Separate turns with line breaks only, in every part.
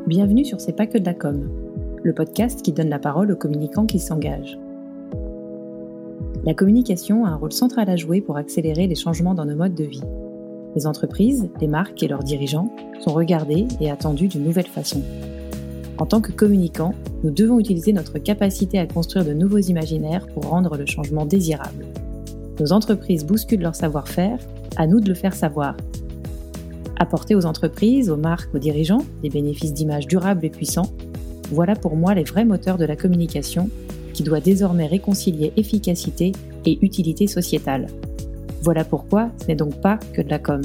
Bienvenue sur C'est pas que de la com, le podcast qui donne la parole aux communicants qui s'engagent. La communication a un rôle central à jouer pour accélérer les changements dans nos modes de vie. Les entreprises, les marques et leurs dirigeants sont regardés et attendus d'une nouvelle façon. En tant que communicants, nous devons utiliser notre capacité à construire de nouveaux imaginaires pour rendre le changement désirable. Nos entreprises bousculent leur savoir-faire, à nous de le faire savoir. Apporter aux entreprises, aux marques, aux dirigeants des bénéfices d'image durables et puissants, voilà pour moi les vrais moteurs de la communication qui doit désormais réconcilier efficacité et utilité sociétale. Voilà pourquoi ce n'est donc pas que de la com.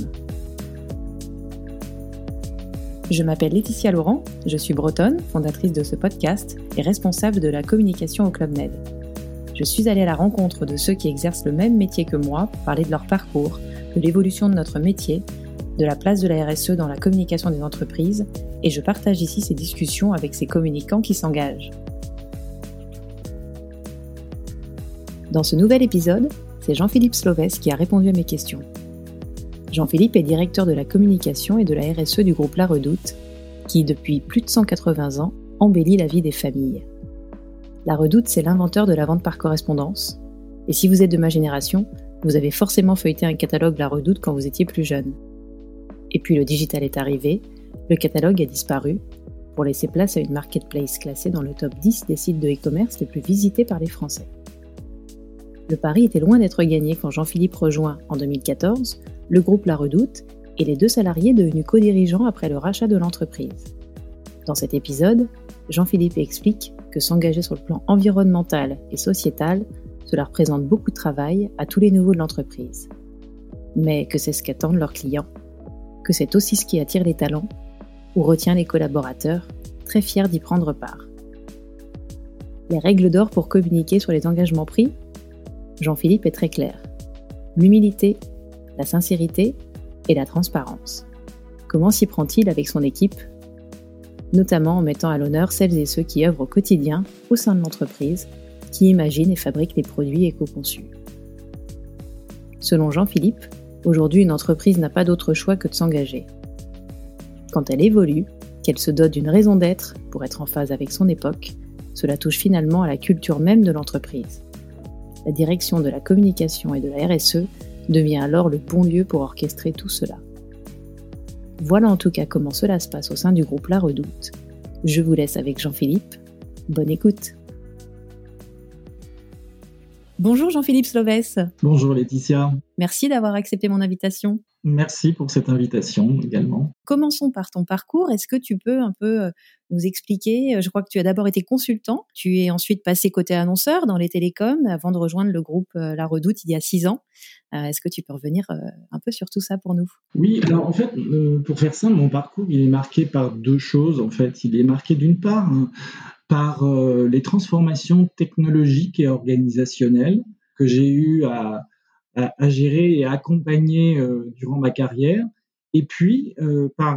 Je m'appelle Laetitia Laurent, je suis bretonne, fondatrice de ce podcast et responsable de la communication au Club Med. Je suis allée à la rencontre de ceux qui exercent le même métier que moi pour parler de leur parcours, de l'évolution de notre métier, de la place de la RSE dans la communication des entreprises, et je partage ici ces discussions avec ces communicants qui s'engagent. Dans ce nouvel épisode, c'est Jean-Philippe Slovès qui a répondu à mes questions. Jean-Philippe est directeur de la communication et de la RSE du groupe La Redoute, qui, depuis plus de 180 ans, embellit la vie des familles. La Redoute, c'est l'inventeur de la vente par correspondance, et si vous êtes de ma génération, vous avez forcément feuilleté un catalogue La Redoute quand vous étiez plus jeune. Et puis le digital est arrivé, le catalogue a disparu, pour laisser place à une marketplace classée dans le top 10 des sites de e-commerce les plus visités par les Français. Le pari était loin d'être gagné quand Jean-Philippe rejoint, en 2014, le groupe La Redoute et les 2 salariés devenus co-dirigeants après le rachat de l'entreprise. Dans cet épisode, Jean-Philippe explique que s'engager sur le plan environnemental et sociétal, cela représente beaucoup de travail à tous les niveaux de l'entreprise. Mais que c'est ce qu'attendent leurs clients, que c'est aussi ce qui attire les talents ou retient les collaborateurs, très fiers d'y prendre part. Les règles d'or pour communiquer sur les engagements pris, Jean-Philippe est très clair. L'humilité, la sincérité et la transparence. Comment s'y prend-il avec son équipe ? Notamment en mettant à l'honneur celles et ceux qui œuvrent au quotidien au sein de l'entreprise, qui imaginent et fabriquent les produits éco-conçus. Selon Jean-Philippe, aujourd'hui une entreprise n'a pas d'autre choix que de s'engager. Quand elle évolue, qu'elle se dote d'une raison d'être pour être en phase avec son époque, cela touche finalement à la culture même de l'entreprise. La direction de la communication et de la RSE devient alors le bon lieu pour orchestrer tout cela. Voilà en tout cas comment cela se passe au sein du groupe La Redoute. Je vous laisse avec Jean-Philippe. Bonne écoute. Bonjour Jean-Philippe Slovès.
Bonjour Laetitia.
Merci d'avoir accepté mon invitation.
Merci pour cette invitation également.
Commençons par ton parcours. Est-ce que tu peux un peu nous expliquer ? Je crois que tu as d'abord été consultant, tu es ensuite passé côté annonceur dans les télécoms avant de rejoindre le groupe La Redoute il y a 6 ans. Est-ce que tu peux revenir un peu sur tout ça pour nous ?
Oui, alors en fait, pour faire simple, mon parcours il est marqué par 2 choses. En fait, il est marqué d'une part par les transformations technologiques et organisationnelles que j'ai eu à gérer et à accompagner durant ma carrière, et puis par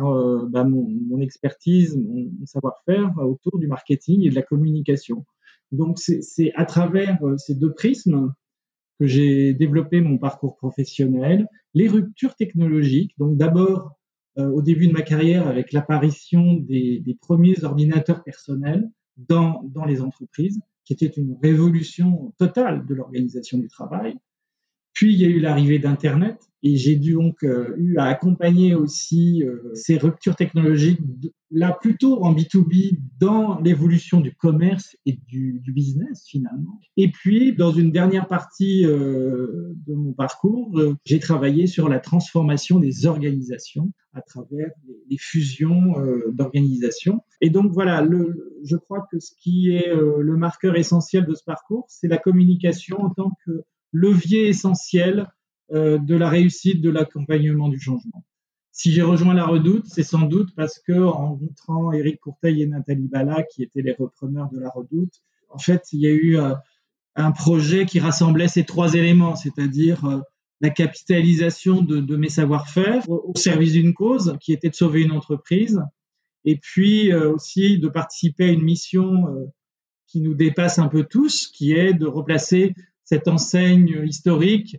mon expertise, mon savoir-faire autour du marketing et de la communication. Donc c'est à travers ces 2 prismes que j'ai développé mon parcours professionnel, les ruptures technologiques, donc d'abord au début de ma carrière avec l'apparition des premiers ordinateurs personnels dans les entreprises, qui était une révolution totale de l'organisation du travail. Puis, il y a eu l'arrivée d'Internet et j'ai donc eu à accompagner aussi ces ruptures technologiques, là plutôt en B2B, dans l'évolution du commerce et du business finalement. Et puis, dans une dernière partie de mon parcours, j'ai travaillé sur la transformation des organisations à travers les fusions d'organisations. Et donc voilà, je crois que ce qui est le marqueur essentiel de ce parcours, c'est la communication en tant que levier essentiel de la réussite de l'accompagnement du changement. Si j'ai rejoint La Redoute, c'est sans doute parce que en rencontrant Éric Courteil et Nathalie Bala, qui étaient les repreneurs de La Redoute, en fait, il y a eu un projet qui rassemblait ces 3 éléments, c'est-à-dire la capitalisation de mes savoir-faire au service d'une cause qui était de sauver une entreprise, et puis aussi de participer à une mission qui nous dépasse un peu tous, qui est de replacer cette enseigne historique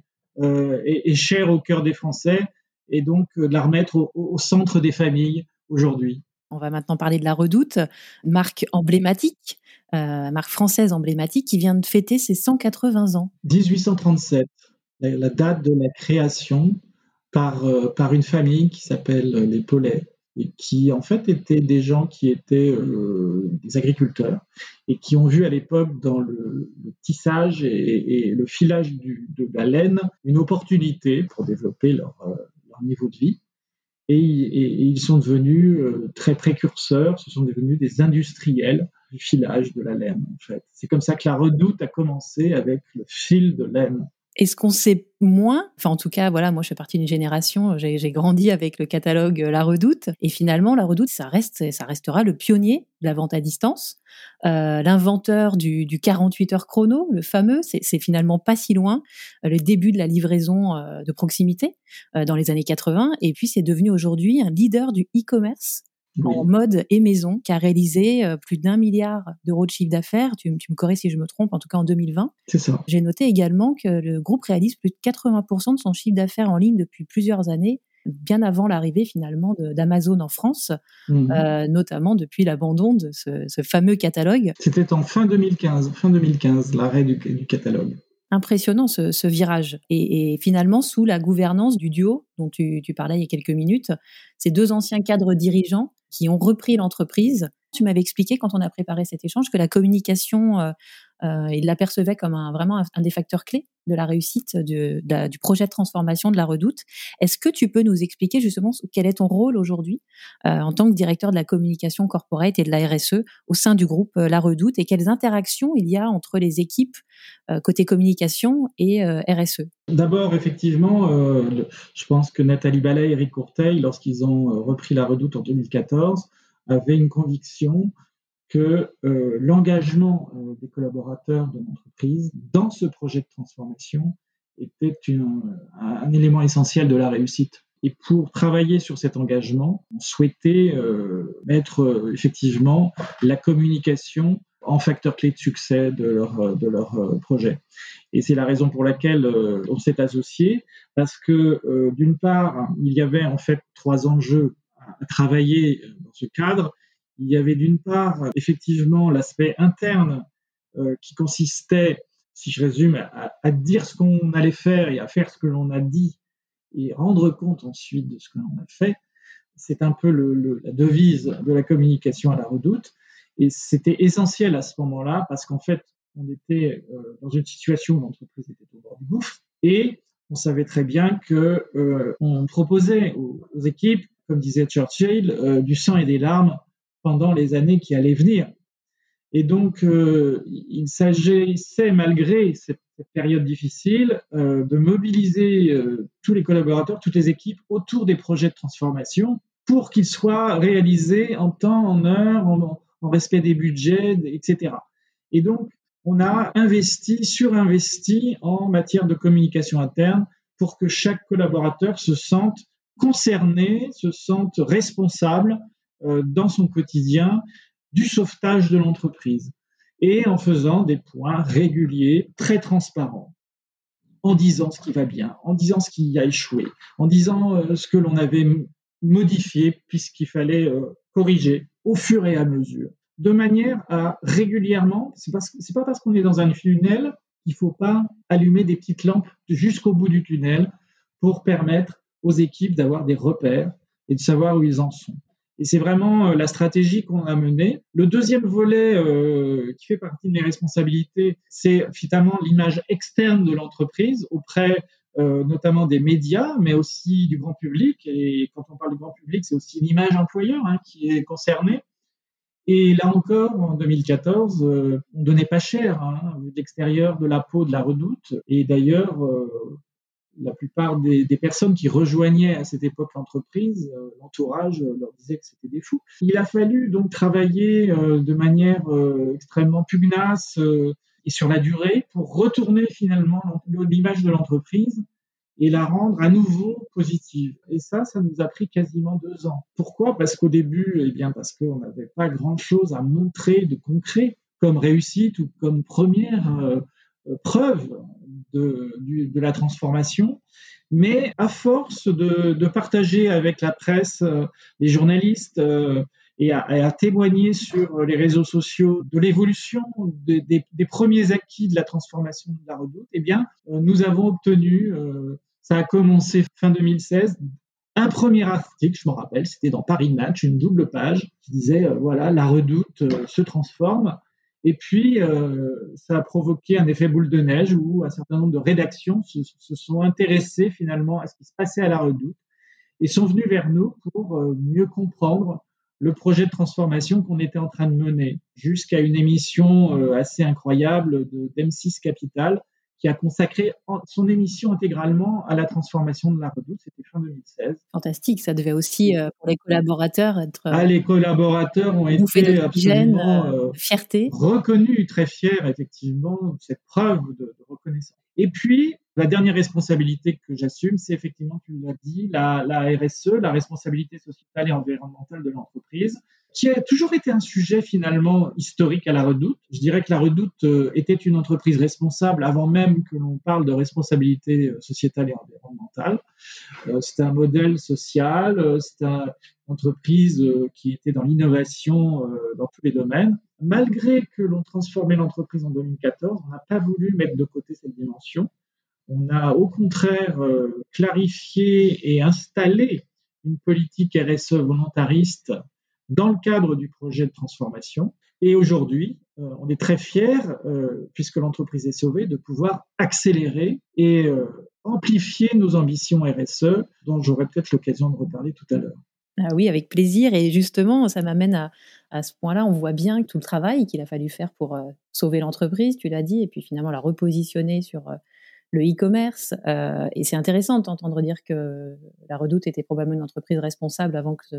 est chère au cœur des Français, et donc de la remettre au centre des familles aujourd'hui.
On va maintenant parler de la Redoute, marque emblématique, marque française emblématique qui vient de fêter ses 180 ans.
1837, la date de la création par une famille qui s'appelle les Pollet et qui en fait étaient des gens qui étaient des agriculteurs et qui ont vu à l'époque dans le tissage et le filage de la laine une opportunité pour développer leur niveau de vie. Et ils sont devenus très précurseurs, ce sont devenus des industriels du filage de la laine, en fait. C'est comme ça que la Redoute a commencé avec le fil de laine.
Est-ce qu'on sait moins, enfin en tout cas, voilà, moi je fais partie d'une génération, j'ai grandi avec le catalogue La Redoute, et finalement La Redoute, ça restera le pionnier de la vente à distance, l'inventeur du 48 heures chrono, le fameux, c'est finalement pas si loin, le début de la livraison de proximité dans les années 80, et puis c'est devenu aujourd'hui un leader du e-commerce.
Oui.
En mode et maison, qui a réalisé plus d'1 milliard d'euros de chiffre d'affaires. Tu me corriges si je me trompe, en tout cas en 2020.
C'est ça.
J'ai noté également que le groupe réalise plus de 80% de son chiffre d'affaires en ligne depuis plusieurs années, bien avant l'arrivée finalement d'Amazon en France, notamment depuis l'abandon de ce fameux catalogue.
C'était en fin 2015, l'arrêt du catalogue.
Impressionnant ce virage. Et finalement, sous la gouvernance du duo dont tu parlais il y a quelques minutes, ces deux anciens cadres dirigeants qui ont repris l'entreprise. Tu m'avais expliqué quand on a préparé cet échange que la communication, ils l'apercevaient comme vraiment un des facteurs clés de la réussite du projet de transformation de la Redoute. Est-ce que tu peux nous expliquer justement quel est ton rôle aujourd'hui en tant que directeur de la communication corporate et de la RSE au sein du groupe La Redoute, et quelles interactions il y a entre les équipes côté communication et RSE?
D'abord, effectivement, je pense que Nathalie Ballet et Eric Courteil, lorsqu'ils ont repris La Redoute en 2014, avaient une conviction que l'engagement des collaborateurs de l'entreprise dans ce projet de transformation était un élément essentiel de la réussite. Et pour travailler sur cet engagement, on souhaitait mettre effectivement la communication en facteur clé de succès de leur projet. Et c'est la raison pour laquelle on s'est associé, parce que d'une part, il y avait en fait 3 enjeux à travailler dans ce cadre. Il y avait d'une part effectivement l'aspect interne qui consistait, si je résume, à dire ce qu'on allait faire et à faire ce que l'on a dit et rendre compte ensuite de ce que l'on a fait. C'est un peu la devise de la communication à la Redoute. Et c'était essentiel à ce moment-là parce qu'en fait, on était dans une situation où l'entreprise était au bord du gouffre et on savait très bien qu'on proposait aux équipes, comme disait Churchill, du sang et des larmes pendant les années qui allaient venir. Et donc, il s'agissait, malgré cette période difficile, de mobiliser tous les collaborateurs, toutes les équipes autour des projets de transformation pour qu'ils soient réalisés en temps, en heure, en respect des budgets, etc. Et donc, on a surinvesti en matière de communication interne pour que chaque collaborateur se sente concerné, se sente responsable dans son quotidien du sauvetage de l'entreprise, et en faisant des points réguliers, très transparents, en disant ce qui va bien, en disant ce qui a échoué, en disant ce que l'on avait modifié puisqu'il fallait corriger au fur et à mesure, de manière à régulièrement, c'est pas parce qu'on est dans un tunnel qu'il faut pas allumer des petites lampes jusqu'au bout du tunnel pour permettre aux équipes d'avoir des repères et de savoir où ils en sont. Et c'est vraiment la stratégie qu'on a menée. Le deuxième volet qui fait partie de mes responsabilités, c'est finalement l'image externe de l'entreprise auprès notamment des médias, mais aussi du grand public. Et quand on parle du grand public, c'est aussi l'image employeur qui est concernée. Et là encore, en 2014, on donnait pas cher vu de l'extérieur de la peau de la Redoute. Et d'ailleurs, la plupart des personnes qui rejoignaient à cette époque l'entreprise, l'entourage leur disait que c'était des fous. Il a fallu donc travailler de manière extrêmement pugnace et sur la durée pour retourner finalement l'image de l'entreprise et la rendre à nouveau positive. Et ça nous a pris quasiment 2 ans. Pourquoi ? Parce qu'au début, parce qu'on n'avait pas grand-chose à montrer de concret comme réussite ou comme première preuve de la transformation, mais à force de partager avec la presse, les journalistes et a témoigné sur les réseaux sociaux de l'évolution des premiers acquis de la transformation de la Redoute, eh bien, nous avons obtenu, ça a commencé fin 2016, un premier article, je m'en rappelle, c'était dans Paris Match, une double page qui disait voilà, la Redoute se transforme. Et puis, ça a provoqué un effet boule de neige où un certain nombre de rédactions se sont intéressées finalement à ce qui se passait à la Redoute et sont venus vers nous pour mieux comprendre le projet de transformation qu'on était en train de mener, jusqu'à une émission assez incroyable d'M6 Capital qui a consacré son émission intégralement à la transformation de la Redoute. C'était fin 2016.
Fantastique, ça devait aussi, pour les collaborateurs, être
les collaborateurs ont été absolument
fierté.
Reconnus, très fiers, effectivement, de cette preuve de reconnaissance. Et puis, la dernière responsabilité que j'assume, c'est effectivement, tu l'as dit, la RSE, la responsabilité sociétale et environnementale de l'entreprise, qui a toujours été un sujet finalement historique à la Redoute. Je dirais que la Redoute était une entreprise responsable avant même que l'on parle de responsabilité sociétale et environnementale. C'était un modèle social, c'était une entreprise qui était dans l'innovation dans tous les domaines. Malgré que l'on transformait l'entreprise en 2014, on n'a pas voulu mettre de côté cette dimension. On a au contraire clarifié et installé une politique RSE volontariste dans le cadre du projet de transformation. Et aujourd'hui, on est très fiers, puisque l'entreprise est sauvée, de pouvoir accélérer et amplifier nos ambitions RSE, dont j'aurai peut-être l'occasion de reparler tout à l'heure.
Ah oui, avec plaisir. Et justement, ça m'amène à ce point-là. On voit bien tout le travail qu'il a fallu faire pour sauver l'entreprise, tu l'as dit, et puis finalement la repositionner sur le e-commerce. Et c'est intéressant d'entendre dire que la Redoute était probablement une entreprise responsable avant que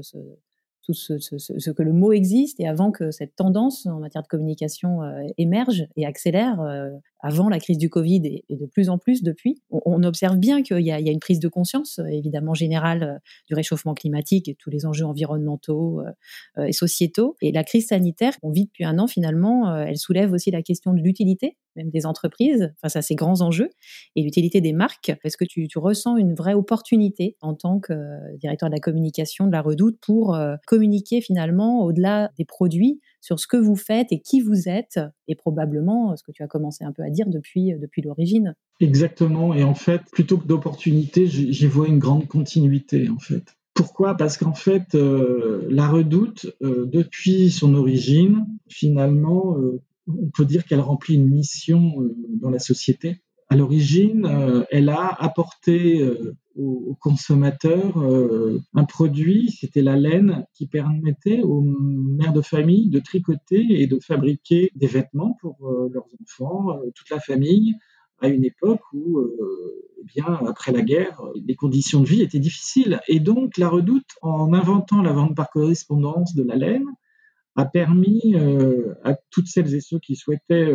ce que le mot existe et avant que cette tendance en matière de communication émerge et accélère avant la crise du Covid et de plus en plus depuis. On observe bien qu'il y a une prise de conscience évidemment générale du réchauffement climatique et tous les enjeux environnementaux et sociétaux. Et la crise sanitaire qu'on vit depuis un an finalement, elle soulève aussi la question de l'utilité même des entreprises face à ces grands enjeux et l'utilité des marques. Est-ce que tu ressens une vraie opportunité en tant que directeur de la communication de la Redoute pour communiquer finalement au-delà des produits sur ce que vous faites et qui vous êtes et probablement ce que tu as commencé un peu à dire depuis l'origine?
Exactement. Et en fait, plutôt que d'opportunité, j'y vois une grande continuité en fait. Pourquoi ? Parce qu'en fait, la Redoute, depuis son origine, finalement, on peut dire qu'elle remplit une mission dans la société. À l'origine, elle a apporté aux consommateurs un produit, c'était la laine, qui permettait aux mères de famille de tricoter et de fabriquer des vêtements pour leurs enfants, toute la famille, à une époque où, bien après la guerre, les conditions de vie étaient difficiles. Et donc, la Redoute, en inventant la vente par correspondance de la laine, a permis à toutes celles et ceux qui souhaitaient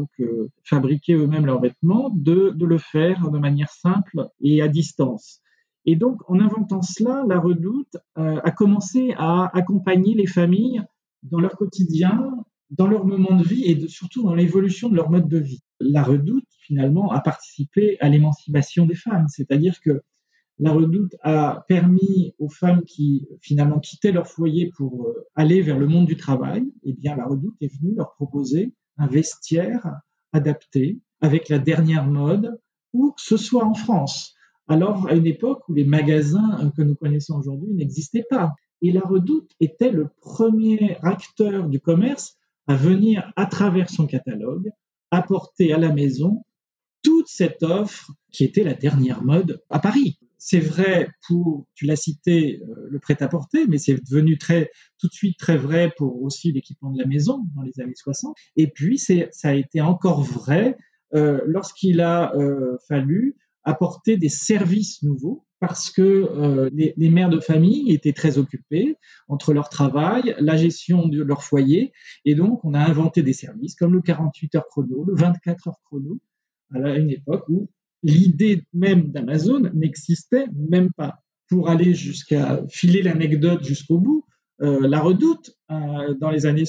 fabriquer eux-mêmes leurs vêtements de le faire de manière simple et à distance. Et donc, en inventant cela, la Redoute a commencé à accompagner les familles dans leur quotidien, dans leur moment de vie et surtout dans l'évolution de leur mode de vie. La Redoute, finalement, a participé à l'émancipation des femmes, c'est-à-dire que la Redoute a permis aux femmes qui finalement quittaient leur foyer pour aller vers le monde du travail, eh bien la Redoute est venue leur proposer un vestiaire adapté avec la dernière mode, où que ce soit en France. Alors à une époque où les magasins que nous connaissons aujourd'hui n'existaient pas. Et la Redoute était le premier acteur du commerce à venir, à travers son catalogue, apporter à la maison toute cette offre qui était la dernière mode à Paris. C'est vrai pour, tu l'as cité, le prêt-à-porter, mais c'est devenu tout de suite très vrai pour aussi l'équipement de la maison dans les années 60. Et puis, ça a été encore vrai lorsqu'il a fallu apporter des services nouveaux parce que les mères de famille étaient très occupées entre leur travail, la gestion de leur foyer, et donc on a inventé des services comme le 48 heures chrono, le 24 heures chrono, à une époque où l'idée même d'Amazon n'existait même pas. Pour aller jusqu'à filer l'anecdote jusqu'au bout, la Redoute, dans les années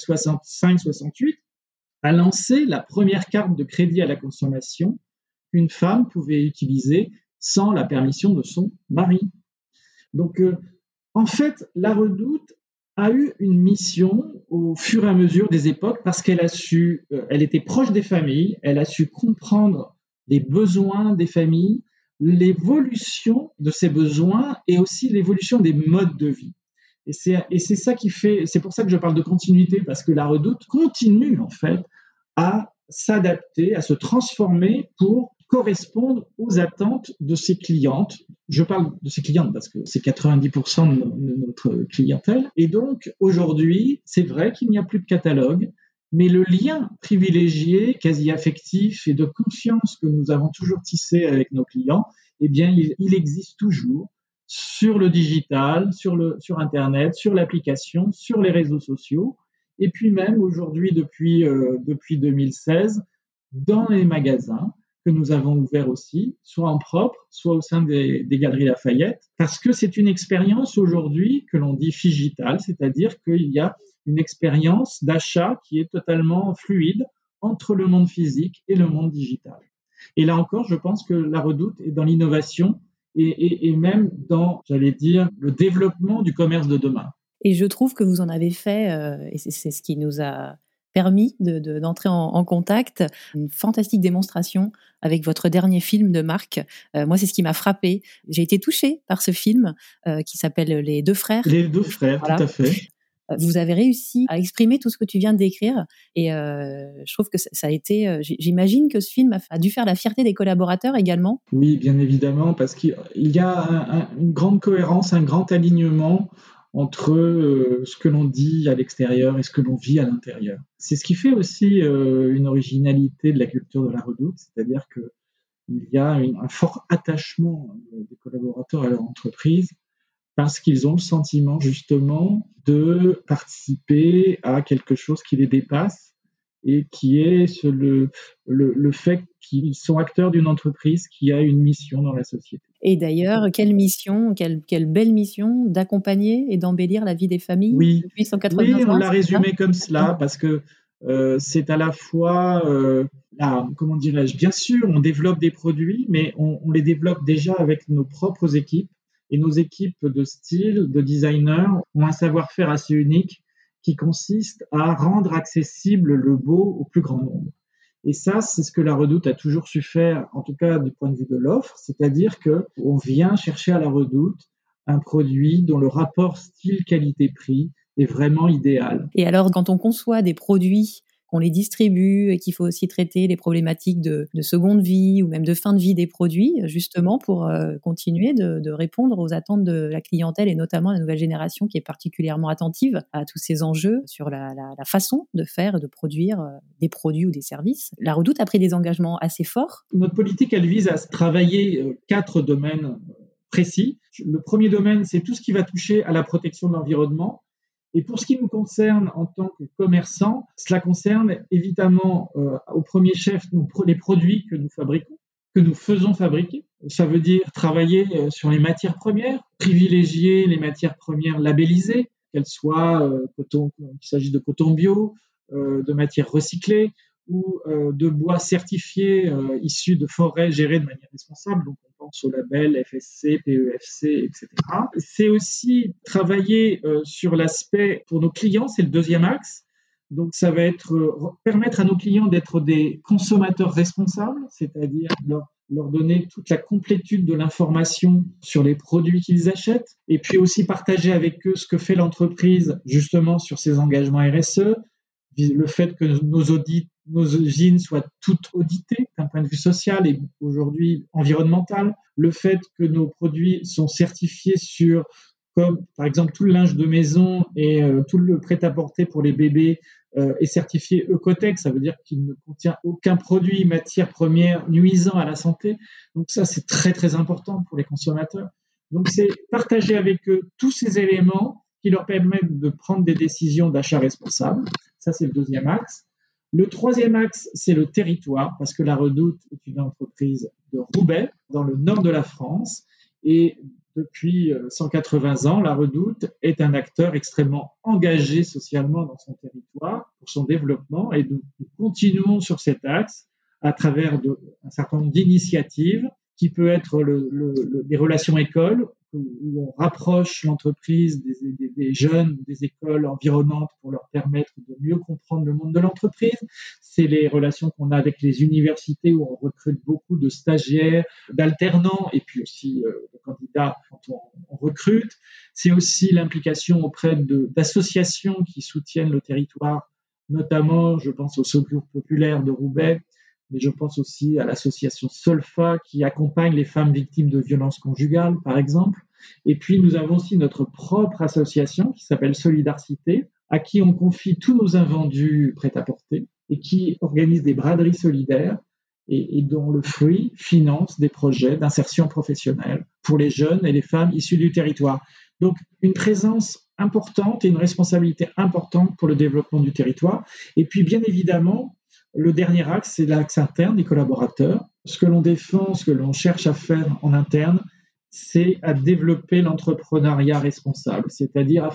65-68, a lancé la première carte de crédit à la consommation qu'une femme pouvait utiliser sans la permission de son mari. Donc, en fait, la Redoute a eu une mission au fur et à mesure des époques parce qu'elle elle était proche des familles, elle a su comprendre les besoins des familles, l'évolution de ces besoins et aussi l'évolution des modes de vie. Et c'est ça qui fait, c'est pour ça que je parle de continuité, parce que la Redoute continue en fait à s'adapter, à se transformer pour correspondre aux attentes de ses clientes. Je parle de ses clientes parce que c'est 90% de notre clientèle. Et donc aujourd'hui, c'est vrai qu'il n'y a plus de catalogue, mais le lien privilégié, quasi affectif et de confiance que nous avons toujours tissé avec nos clients, eh bien, il existe toujours sur le digital, sur Internet, sur l'application, sur les réseaux sociaux, et puis même aujourd'hui, depuis 2016, dans les magasins que nous avons ouverts aussi, soit en propre, soit au sein des Galeries Lafayette, parce que c'est une expérience aujourd'hui que l'on dit digitale, c'est-à-dire qu'il y a une expérience d'achat qui est totalement fluide entre le monde physique et le monde digital. Et là encore, je pense que la Redoute est dans l'innovation et même dans, j'allais dire, le développement du commerce de demain.
Et je trouve que vous en avez fait, et c'est ce qui nous a permis d'entrer en contact, une fantastique démonstration avec votre dernier film de marque. Moi, c'est ce qui m'a frappée. J'ai été touchée par ce film qui s'appelle Les Deux Frères.
Les Deux Frères, voilà. Tout à fait.
Vous avez réussi à exprimer tout ce que tu viens de décrire et je trouve que ça a été, j'imagine que ce film a dû faire la fierté des collaborateurs également.
Oui, bien évidemment, parce qu'il y a une grande cohérence, un grand alignement entre ce que l'on dit à l'extérieur et ce que l'on vit à l'intérieur. C'est ce qui fait aussi une originalité de la culture de la Redoute, c'est-à-dire qu'il y a un fort attachement des collaborateurs à leur entreprise parce qu'ils ont le sentiment justement de participer à quelque chose qui les dépasse et qui est le fait qu'ils sont acteurs d'une entreprise qui a une mission dans la société.
Et d'ailleurs, quelle mission, quelle belle mission d'accompagner et d'embellir la vie des familles depuis 180 ans.
Oui, on l'a résumé comme cela parce que c'est à la fois, comment dirais-je, bien sûr, on développe des produits, mais on les développe déjà avec nos propres équipes. Et nos équipes de style, de designers, ont un savoir-faire assez unique qui consiste à rendre accessible le beau au plus grand nombre. Et ça, c'est ce que la Redoute a toujours su faire, en tout cas du point de vue de l'offre, c'est-à-dire qu'on vient chercher à la Redoute un produit dont le rapport style-qualité-prix est vraiment idéal.
Et alors, quand on conçoit des produits, qu'on les distribue et qu'il faut aussi traiter les problématiques de seconde vie ou même de fin de vie des produits, justement pour continuer de répondre aux attentes de la clientèle et notamment la nouvelle génération qui est particulièrement attentive à tous ces enjeux sur la façon de faire et de produire des produits ou des services. La Redoute a pris des engagements assez forts.
Notre politique, elle vise à travailler 4 domaines précis. Le premier domaine, c'est tout ce qui va toucher à la protection de l'environnement. Et pour ce qui nous concerne en tant que commerçants, cela concerne évidemment au premier chef les produits que nous fabriquons, que nous faisons fabriquer. Ça veut dire travailler sur les matières premières, privilégier les matières premières labellisées, qu'elles soient qu'il s'agisse de coton bio, de matières recyclées ou de bois certifiés issus de forêts gérées de manière responsable. Donc on pense au label FSC, PEFC, etc. C'est aussi travailler sur l'aspect, pour nos clients, c'est le deuxième axe. Donc ça va être permettre à nos clients d'être des consommateurs responsables, c'est-à-dire leur donner toute la complétude de l'information sur les produits qu'ils achètent, et puis aussi partager avec eux ce que fait l'entreprise justement sur ses engagements RSE, le fait que nos usines soient toutes auditées d'un point de vue social et aujourd'hui environnemental, le fait que nos produits sont certifiés comme par exemple tout le linge de maison et tout le prêt-à-porter pour les bébés est certifié Ecotech, ça veut dire qu'il ne contient aucun produit, matière première nuisant à la santé. Donc ça, c'est très très important pour les consommateurs. Donc c'est partager avec eux tous ces éléments qui leur permettent de prendre des décisions d'achat responsables. Ça, c'est le deuxième axe. Le troisième axe, c'est le territoire, parce que la Redoute est une entreprise de Roubaix, dans le nord de la France. Et depuis 180 ans, la Redoute est un acteur extrêmement engagé socialement dans son territoire, pour son développement. Et nous continuons sur cet axe à travers un certain nombre d'initiatives qui peut être les relations écoles, où on rapproche l'entreprise des jeunes, des écoles environnantes pour leur permettre de mieux comprendre le monde de l'entreprise. C'est les relations qu'on a avec les universités où on recrute beaucoup de stagiaires, d'alternants et puis aussi de candidats quand on recrute. C'est aussi l'implication auprès d'associations qui soutiennent le territoire, notamment, je pense au Secours populaire de Roubaix, mais je pense aussi à l'association Solfa qui accompagne les femmes victimes de violences conjugales, par exemple. Et puis, nous avons aussi notre propre association qui s'appelle Solidarité, à qui on confie tous nos invendus prêt-à-porter et qui organise des braderies solidaires et dont le fruit finance des projets d'insertion professionnelle pour les jeunes et les femmes issues du territoire. Donc, une présence importante et une responsabilité importante pour le développement du territoire. Et puis, bien évidemment, le dernier axe, c'est l'axe interne des collaborateurs. Ce que l'on défend, ce que l'on cherche à faire en interne, c'est à développer l'entrepreneuriat responsable, c'est-à-dire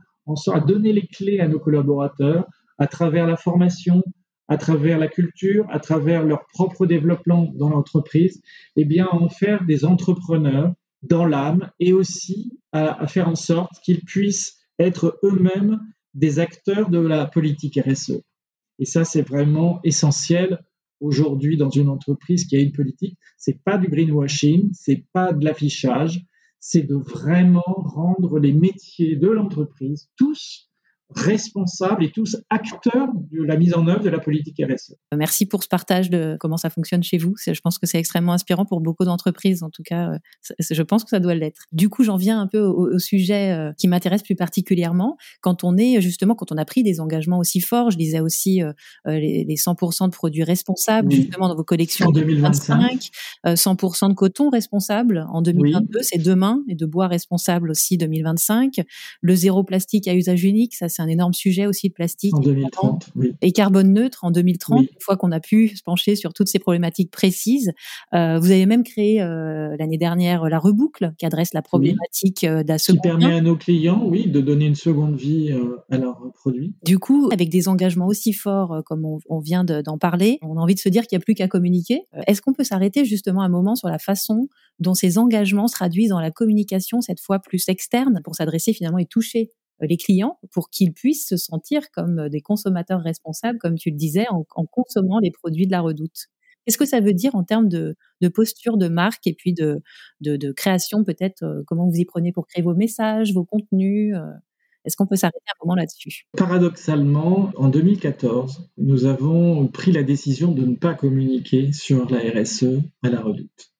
à donner les clés à nos collaborateurs à travers la formation, à travers la culture, à travers leur propre développement dans l'entreprise, et bien à en faire des entrepreneurs dans l'âme et aussi à faire en sorte qu'ils puissent être eux-mêmes des acteurs de la politique RSE. Et ça, c'est vraiment essentiel aujourd'hui dans une entreprise qui a une politique. C'est pas du greenwashing, c'est pas de l'affichage, c'est de vraiment rendre les métiers de l'entreprise tous responsables et tous acteurs de la mise en œuvre de la politique RSE.
Merci pour ce partage de comment ça fonctionne chez vous. Je pense que c'est extrêmement inspirant pour beaucoup d'entreprises. En tout cas, je pense que ça doit l'être. Du coup, j'en viens un peu au sujet qui m'intéresse plus particulièrement. Quand on a pris des engagements aussi forts, je disais aussi les 100% de produits responsables, justement dans vos collections en 2025, 100% de coton responsable en 2022, c'est demain, et de bois responsable aussi 2025. Le zéro plastique à usage unique, ça c'est un énorme sujet aussi, le plastique.
En 2030,
et carbone neutre en 2030, une fois qu'on a pu se pencher sur toutes ces problématiques précises. Vous avez même créé l'année dernière la Reboucle, qui adresse la problématique d'un second
qui permet à nos clients, de donner une seconde vie à leurs produits.
Du coup, avec des engagements aussi forts comme on vient d'en parler, on a envie de se dire qu'il n'y a plus qu'à communiquer. Est-ce qu'on peut s'arrêter justement un moment sur la façon dont ces engagements se traduisent dans la communication, cette fois plus externe, pour s'adresser finalement et toucher les clients pour qu'ils puissent se sentir comme des consommateurs responsables, comme tu le disais, en consommant les produits de la Redoute. Qu'est-ce que ça veut dire en termes de posture de marque et puis de création peut-être, comment vous y prenez pour créer vos messages, vos contenus Est-ce qu'on peut s'arrêter un moment là-dessus ?
Paradoxalement, en 2014, nous avons pris la décision de ne pas communiquer sur la RSE à la Redoute.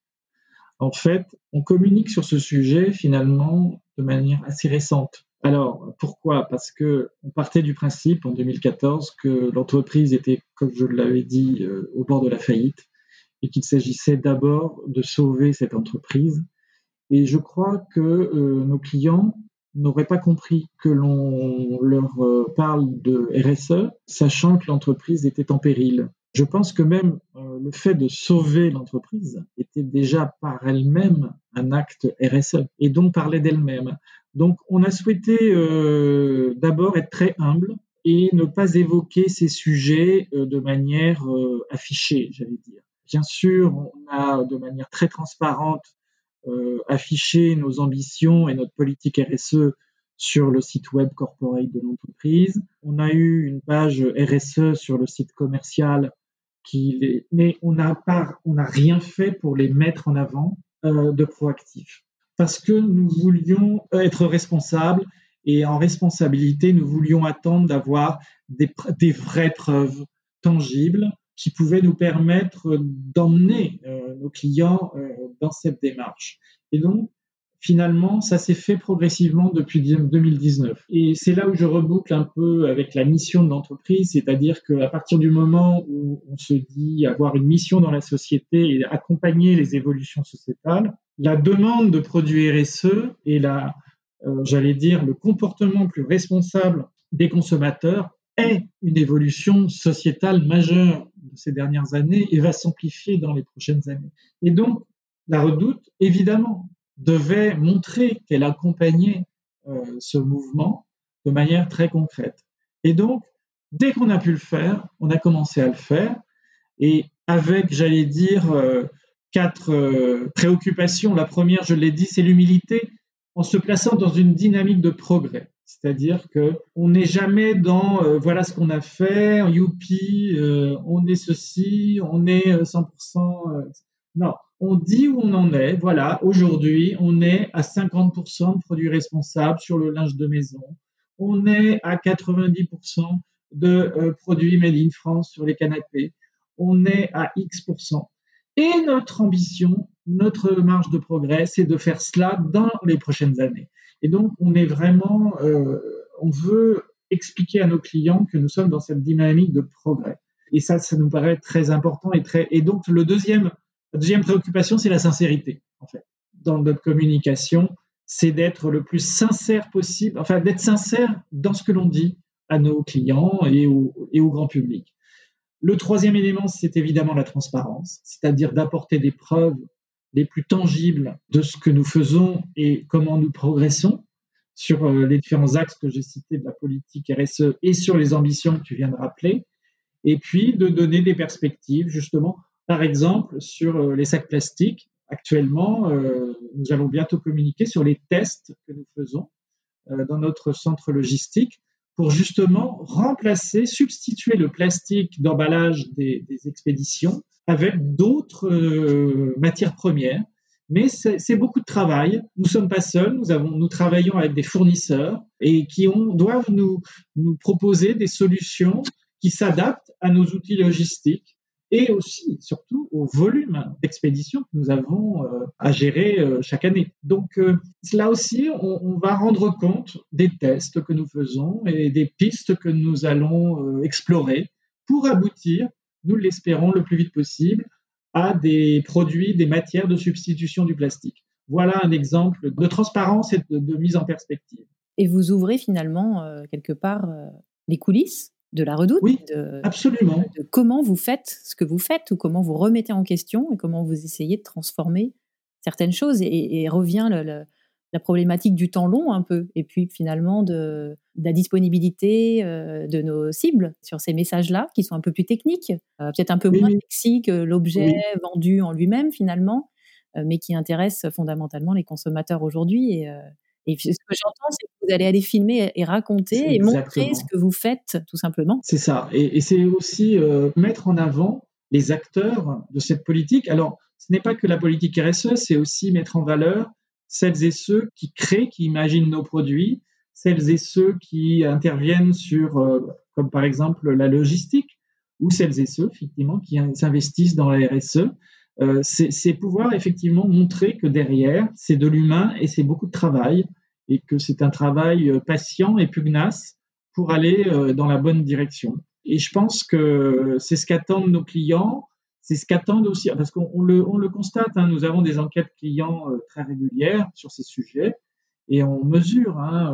En fait, on communique sur ce sujet finalement de manière assez récente. Alors, pourquoi ? Parce qu'on partait du principe en 2014 que l'entreprise était, comme je l'avais dit, au bord de la faillite et qu'il s'agissait d'abord de sauver cette entreprise. Et je crois que nos clients n'auraient pas compris que l'on leur parle de RSE, sachant que l'entreprise était en péril. Je pense que même le fait de sauver l'entreprise était déjà par elle-même un acte RSE et donc parlait d'elle-même. Donc on a souhaité d'abord être très humble et ne pas évoquer ces sujets de manière affichée, j'allais dire. Bien sûr, on a de manière très transparente affiché nos ambitions et notre politique RSE sur le site web corporate de l'entreprise. On a eu une page RSE sur le site commercial mais on n'a rien fait pour les mettre en avant de proactif. Parce que nous voulions être responsables et en responsabilité, nous voulions attendre d'avoir des vraies preuves tangibles qui pouvaient nous permettre d'emmener nos clients dans cette démarche. Et donc, finalement, ça s'est fait progressivement depuis 2019. Et c'est là où je reboucle un peu avec la mission de l'entreprise, c'est-à-dire qu'à partir du moment où on se dit avoir une mission dans la société et accompagner les évolutions sociétales, la demande de produits RSE et j'allais dire, le comportement plus responsable des consommateurs est une évolution sociétale majeure de ces dernières années et va s'amplifier dans les prochaines années. Et donc, la Redoute, évidemment, devait montrer qu'elle accompagnait ce mouvement de manière très concrète. Et donc, dès qu'on a pu le faire, on a commencé à le faire. Et avec, j'allais dire, 4 préoccupations. La première, je l'ai dit, c'est l'humilité. en se plaçant dans une dynamique de progrès. C'est-à-dire qu'on n'est jamais dans voilà ce qu'on a fait, youpi, on est ceci, on est 100%. Non, on dit où on en est. Voilà, aujourd'hui, on est à 50% de produits responsables sur le linge de maison. On est à 90% de produits made in France sur les canapés. On est à X%. Et notre ambition, notre marge de progrès, c'est de faire cela dans les prochaines années. Et donc, on veut expliquer à nos clients que nous sommes dans cette dynamique de progrès. Et ça nous paraît très important et donc la deuxième préoccupation, c'est la sincérité, en fait. Dans notre communication, c'est d'être le plus sincère possible, enfin, d'être sincère dans ce que l'on dit à nos clients et au grand public. Le troisième élément, c'est évidemment la transparence, c'est-à-dire d'apporter des preuves les plus tangibles de ce que nous faisons et comment nous progressons sur les différents axes que j'ai cités de la politique RSE et sur les ambitions que tu viens de rappeler, et puis de donner des perspectives, justement, par exemple, sur les sacs plastiques. Actuellement, nous allons bientôt communiquer sur les tests que nous faisons dans notre centre logistique pour justement substituer le plastique d'emballage des expéditions avec d'autres matières premières. Mais c'est beaucoup de travail. Nous ne sommes pas seuls. Nous travaillons avec des fournisseurs et qui doivent nous proposer des solutions qui s'adaptent à nos outils logistiques et aussi, surtout, au volume d'expéditions que nous avons à gérer chaque année. Donc, là aussi, on va rendre compte des tests que nous faisons et des pistes que nous allons explorer pour aboutir, nous l'espérons, le plus vite possible, à des produits, des matières de substitution du plastique. Voilà un exemple de transparence et de mise en perspective.
Et vous ouvrez finalement, quelque part, les coulisses de la Redoute,
oui, absolument.
De comment vous faites ce que vous faites ou comment vous remettez en question et comment vous essayez de transformer certaines choses. Et revient la problématique du temps long un peu, et puis finalement de la disponibilité de nos cibles sur ces messages-là qui sont un peu plus techniques, peut-être un peu moins sexy que l'objet vendu en lui-même finalement, mais qui intéresse fondamentalement les consommateurs aujourd'hui. Et ce que j'entends, c'est que vous allez aller filmer et raconter et montrer ce que vous faites, tout simplement.
C'est ça. Et c'est aussi mettre en avant les acteurs de cette politique. Alors, ce n'est pas que la politique RSE, c'est aussi mettre en valeur celles et ceux qui créent, qui imaginent nos produits, celles et ceux qui interviennent sur, comme par exemple la logistique, ou celles et ceux, effectivement, qui s'investissent dans la RSE. C'est pouvoir effectivement montrer que derrière, c'est de l'humain et c'est beaucoup de travail et que c'est un travail patient et pugnace pour aller dans la bonne direction. Et je pense que c'est ce qu'attendent nos clients, c'est ce qu'attendent aussi, parce qu'on le constate, hein, nous avons des enquêtes clients très régulières sur ces sujets et on mesure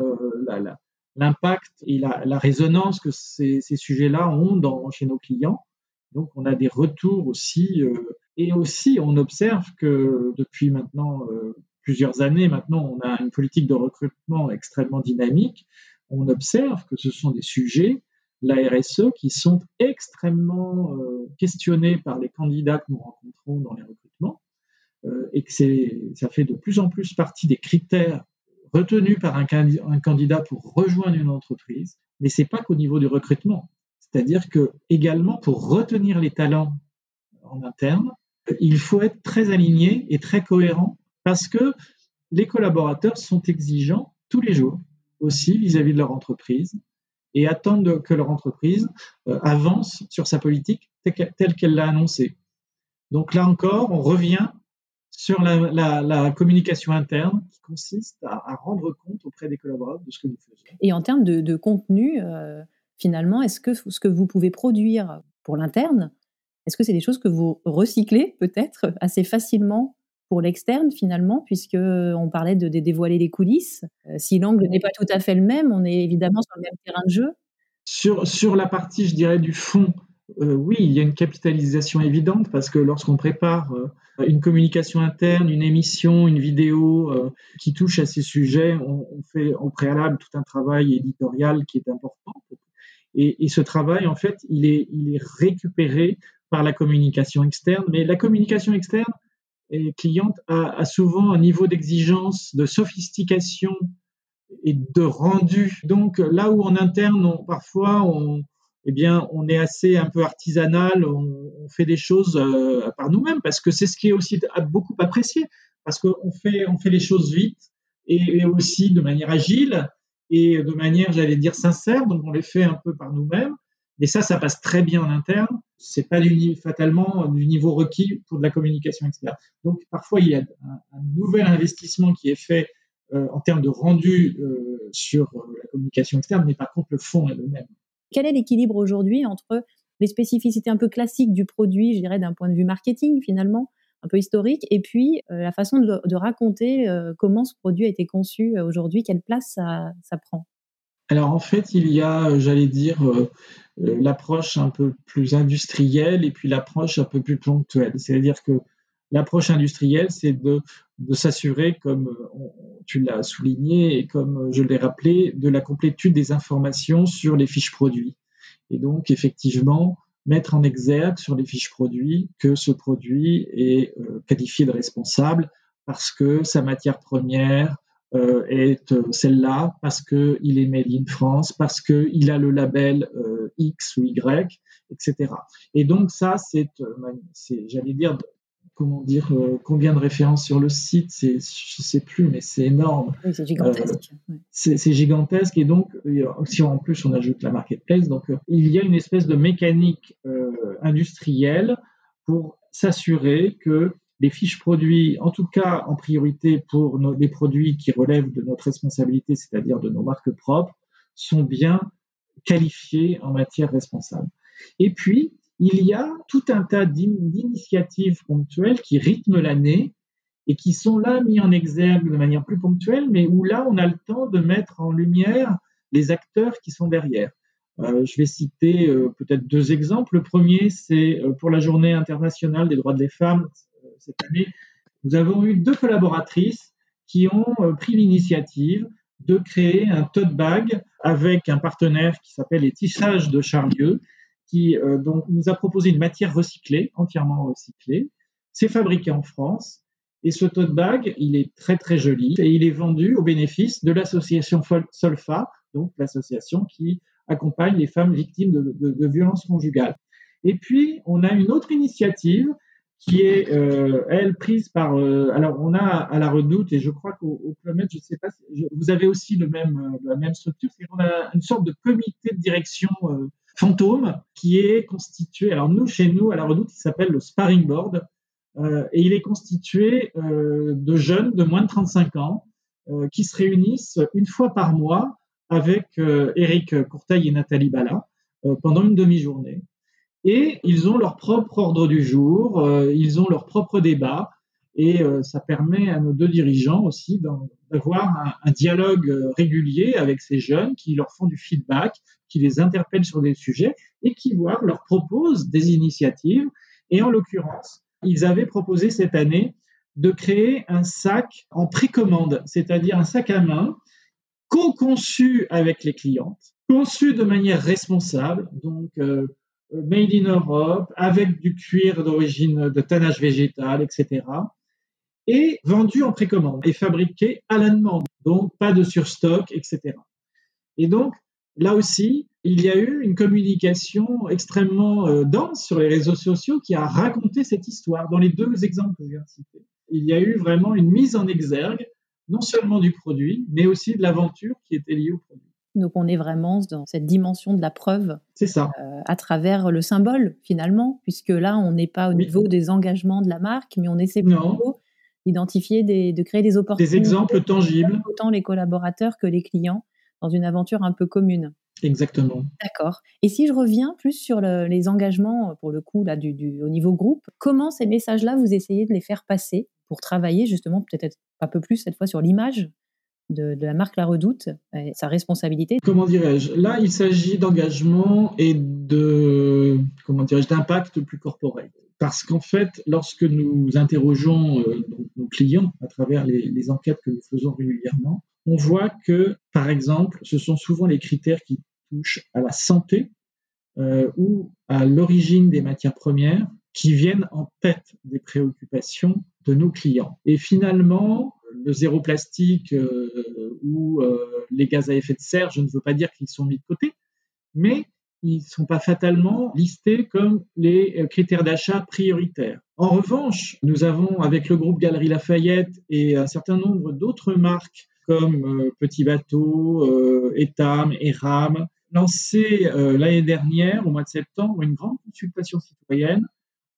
l'impact et la résonance que ces sujets-là ont chez nos clients. Donc, on a des retours aussi. Et aussi, on observe que depuis maintenant plusieurs années, maintenant, on a une politique de recrutement extrêmement dynamique. On observe que ce sont des sujets, la RSE, qui sont extrêmement questionnés par les candidats que nous rencontrons dans les recrutements et que ça fait de plus en plus partie des critères retenus par un candidat pour rejoindre une entreprise. Mais ce n'est pas qu'au niveau du recrutement. C'est-à-dire que également, pour retenir les talents en interne, il faut être très aligné et très cohérent parce que les collaborateurs sont exigeants tous les jours aussi vis-à-vis de leur entreprise et attendent que leur entreprise avance sur sa politique telle qu'elle l'a annoncée. Donc là encore, on revient sur la communication interne qui consiste à rendre compte auprès des collaborateurs de ce que nous faisons.
Et en termes de contenu, finalement, est-ce que ce que vous pouvez produire pour l'interne, est-ce que c'est des choses que vous recyclez peut-être assez facilement pour l'externe finalement, puisqu'on parlait de dévoiler les coulisses. Si l'angle n'est pas tout à fait le même, on est évidemment sur le même terrain de jeu.
Sur la partie, je dirais, du fond, oui, il y a une capitalisation évidente parce que lorsqu'on prépare une communication interne, une émission, une vidéo qui touche à ces sujets, on fait au préalable tout un travail éditorial qui est important. Et ce travail, en fait, il est récupéré par la communication externe. Mais la communication externe, et cliente a souvent un niveau d'exigence, de sophistication et de rendu. Donc là où en interne, parfois, on est assez un peu artisanal, on fait des choses par nous-mêmes, parce que c'est ce qui est aussi beaucoup apprécié, parce qu'on fait les choses vite et aussi de manière agile et de manière, j'allais dire, sincère, donc on les fait un peu par nous-mêmes. Et ça passe très bien en interne. C'est pas fatalement du niveau requis pour de la communication externe. Donc parfois, il y a un nouvel investissement qui est fait en termes de rendu sur la communication externe, mais par contre, le fond est le même.
Quel est l'équilibre aujourd'hui entre les spécificités un peu classiques du produit, je dirais d'un point de vue marketing finalement, un peu historique, et puis la façon de raconter comment ce produit a été conçu aujourd'hui, quelle place ça prend?
Alors en fait, il y a, j'allais dire, l'approche un peu plus industrielle et puis l'approche un peu plus ponctuelle. C'est-à-dire que l'approche industrielle, c'est de s'assurer, comme tu l'as souligné et comme je l'ai rappelé, de la complétude des informations sur les fiches produits. Et donc, effectivement, mettre en exergue sur les fiches produits que ce produit est qualifié de responsable parce que sa matière première est celle-là, parce qu'il est made in France, parce qu'il a le label X ou Y, etc. Et donc ça, j'allais dire, comment dire, combien de références sur le site, je ne sais plus, mais c'est énorme.
Oui, c'est gigantesque.
C'est gigantesque, et donc, si en plus on ajoute la marketplace, donc il y a une espèce de mécanique industrielle pour s'assurer que les fiches produits, en tout cas en priorité pour les produits qui relèvent de notre responsabilité, c'est-à-dire de nos marques propres, sont bien qualifiés en matière responsable. Et puis, il y a tout un tas d'initiatives ponctuelles qui rythment l'année et qui sont là mis en exergue de manière plus ponctuelle, mais où là, on a le temps de mettre en lumière les acteurs qui sont derrière. Je vais citer peut-être deux exemples. Le premier, c'est pour la Journée internationale des droits des femmes cette année. Nous avons eu deux collaboratrices qui ont pris l'initiative de créer un tote bag avec un partenaire qui s'appelle les Tissages de Charlieu, qui donc nous a proposé une matière recyclée, entièrement recyclée. C'est fabriqué en France. Et ce tote bag, il est très très joli et il est vendu au bénéfice de l'association Solfa, donc l'association qui accompagne les femmes victimes de violences conjugales. Et puis, on a une autre initiative qui est, elle, prise par... alors, on a à la Redoute, et je crois qu'au Club Med, je ne sais pas, vous avez aussi la même structure, c'est qu'on a une sorte de comité de direction fantôme qui est constitué... Alors, chez nous, à la Redoute, il s'appelle le Sparring Board, et il est constitué de jeunes de moins de 35 ans qui se réunissent une fois par mois avec Éric Courteil et Nathalie Bala pendant une demi-journée. Et ils ont leur propre ordre du jour, ils ont leur propre débat, et ça permet à nos deux dirigeants aussi d'avoir un dialogue régulier avec ces jeunes qui leur font du feedback, qui les interpellent sur des sujets et qui leur proposent des initiatives. Et en l'occurrence, ils avaient proposé cette année de créer un sac en précommande, c'est-à-dire un sac à main co-conçu avec les clientes, conçu de manière responsable, donc made in Europe, avec du cuir d'origine de tannage végétal, etc., et vendu en précommande et fabriqué à la demande, donc pas de surstock, etc. Et donc, là aussi, il y a eu une communication extrêmement dense sur les réseaux sociaux qui a raconté cette histoire. Dans les deux exemples que je viens de citer, il y a eu vraiment une mise en exergue, non seulement du produit, mais aussi de l'aventure qui était liée au produit.
Donc, on est vraiment dans cette dimension de la preuve.
C'est ça.
À travers le symbole, finalement, puisque là, on n'est pas au niveau des engagements de la marque, mais on essaie plutôt d'identifier, de créer des opportunités.
Des exemples tangibles.
Autant les collaborateurs que les clients dans une aventure un peu commune.
Exactement.
D'accord. Et si je reviens plus sur les engagements, pour le coup, là, au niveau groupe, comment ces messages-là, vous essayez de les faire passer pour travailler justement peut-être un peu plus cette fois sur l'image de la marque La Redoute et sa responsabilité?
Comment dirais-je? Là, il s'agit d'engagement et d'impact plus corporel. Parce qu'en fait, lorsque nous interrogeons nos clients à travers les enquêtes que nous faisons régulièrement, on voit que, par exemple, ce sont souvent les critères qui touchent à la santé ou à l'origine des matières premières qui viennent en tête des préoccupations de nos clients. Et finalement, le zéro plastique ou les gaz à effet de serre, je ne veux pas dire qu'ils sont mis de côté, mais ils ne sont pas fatalement listés comme les critères d'achat prioritaires. En revanche, nous avons, avec le groupe Galeries Lafayette et un certain nombre d'autres marques comme Petit Bateau, Etam, Eram, lancé l'année dernière, au mois de septembre, une grande consultation citoyenne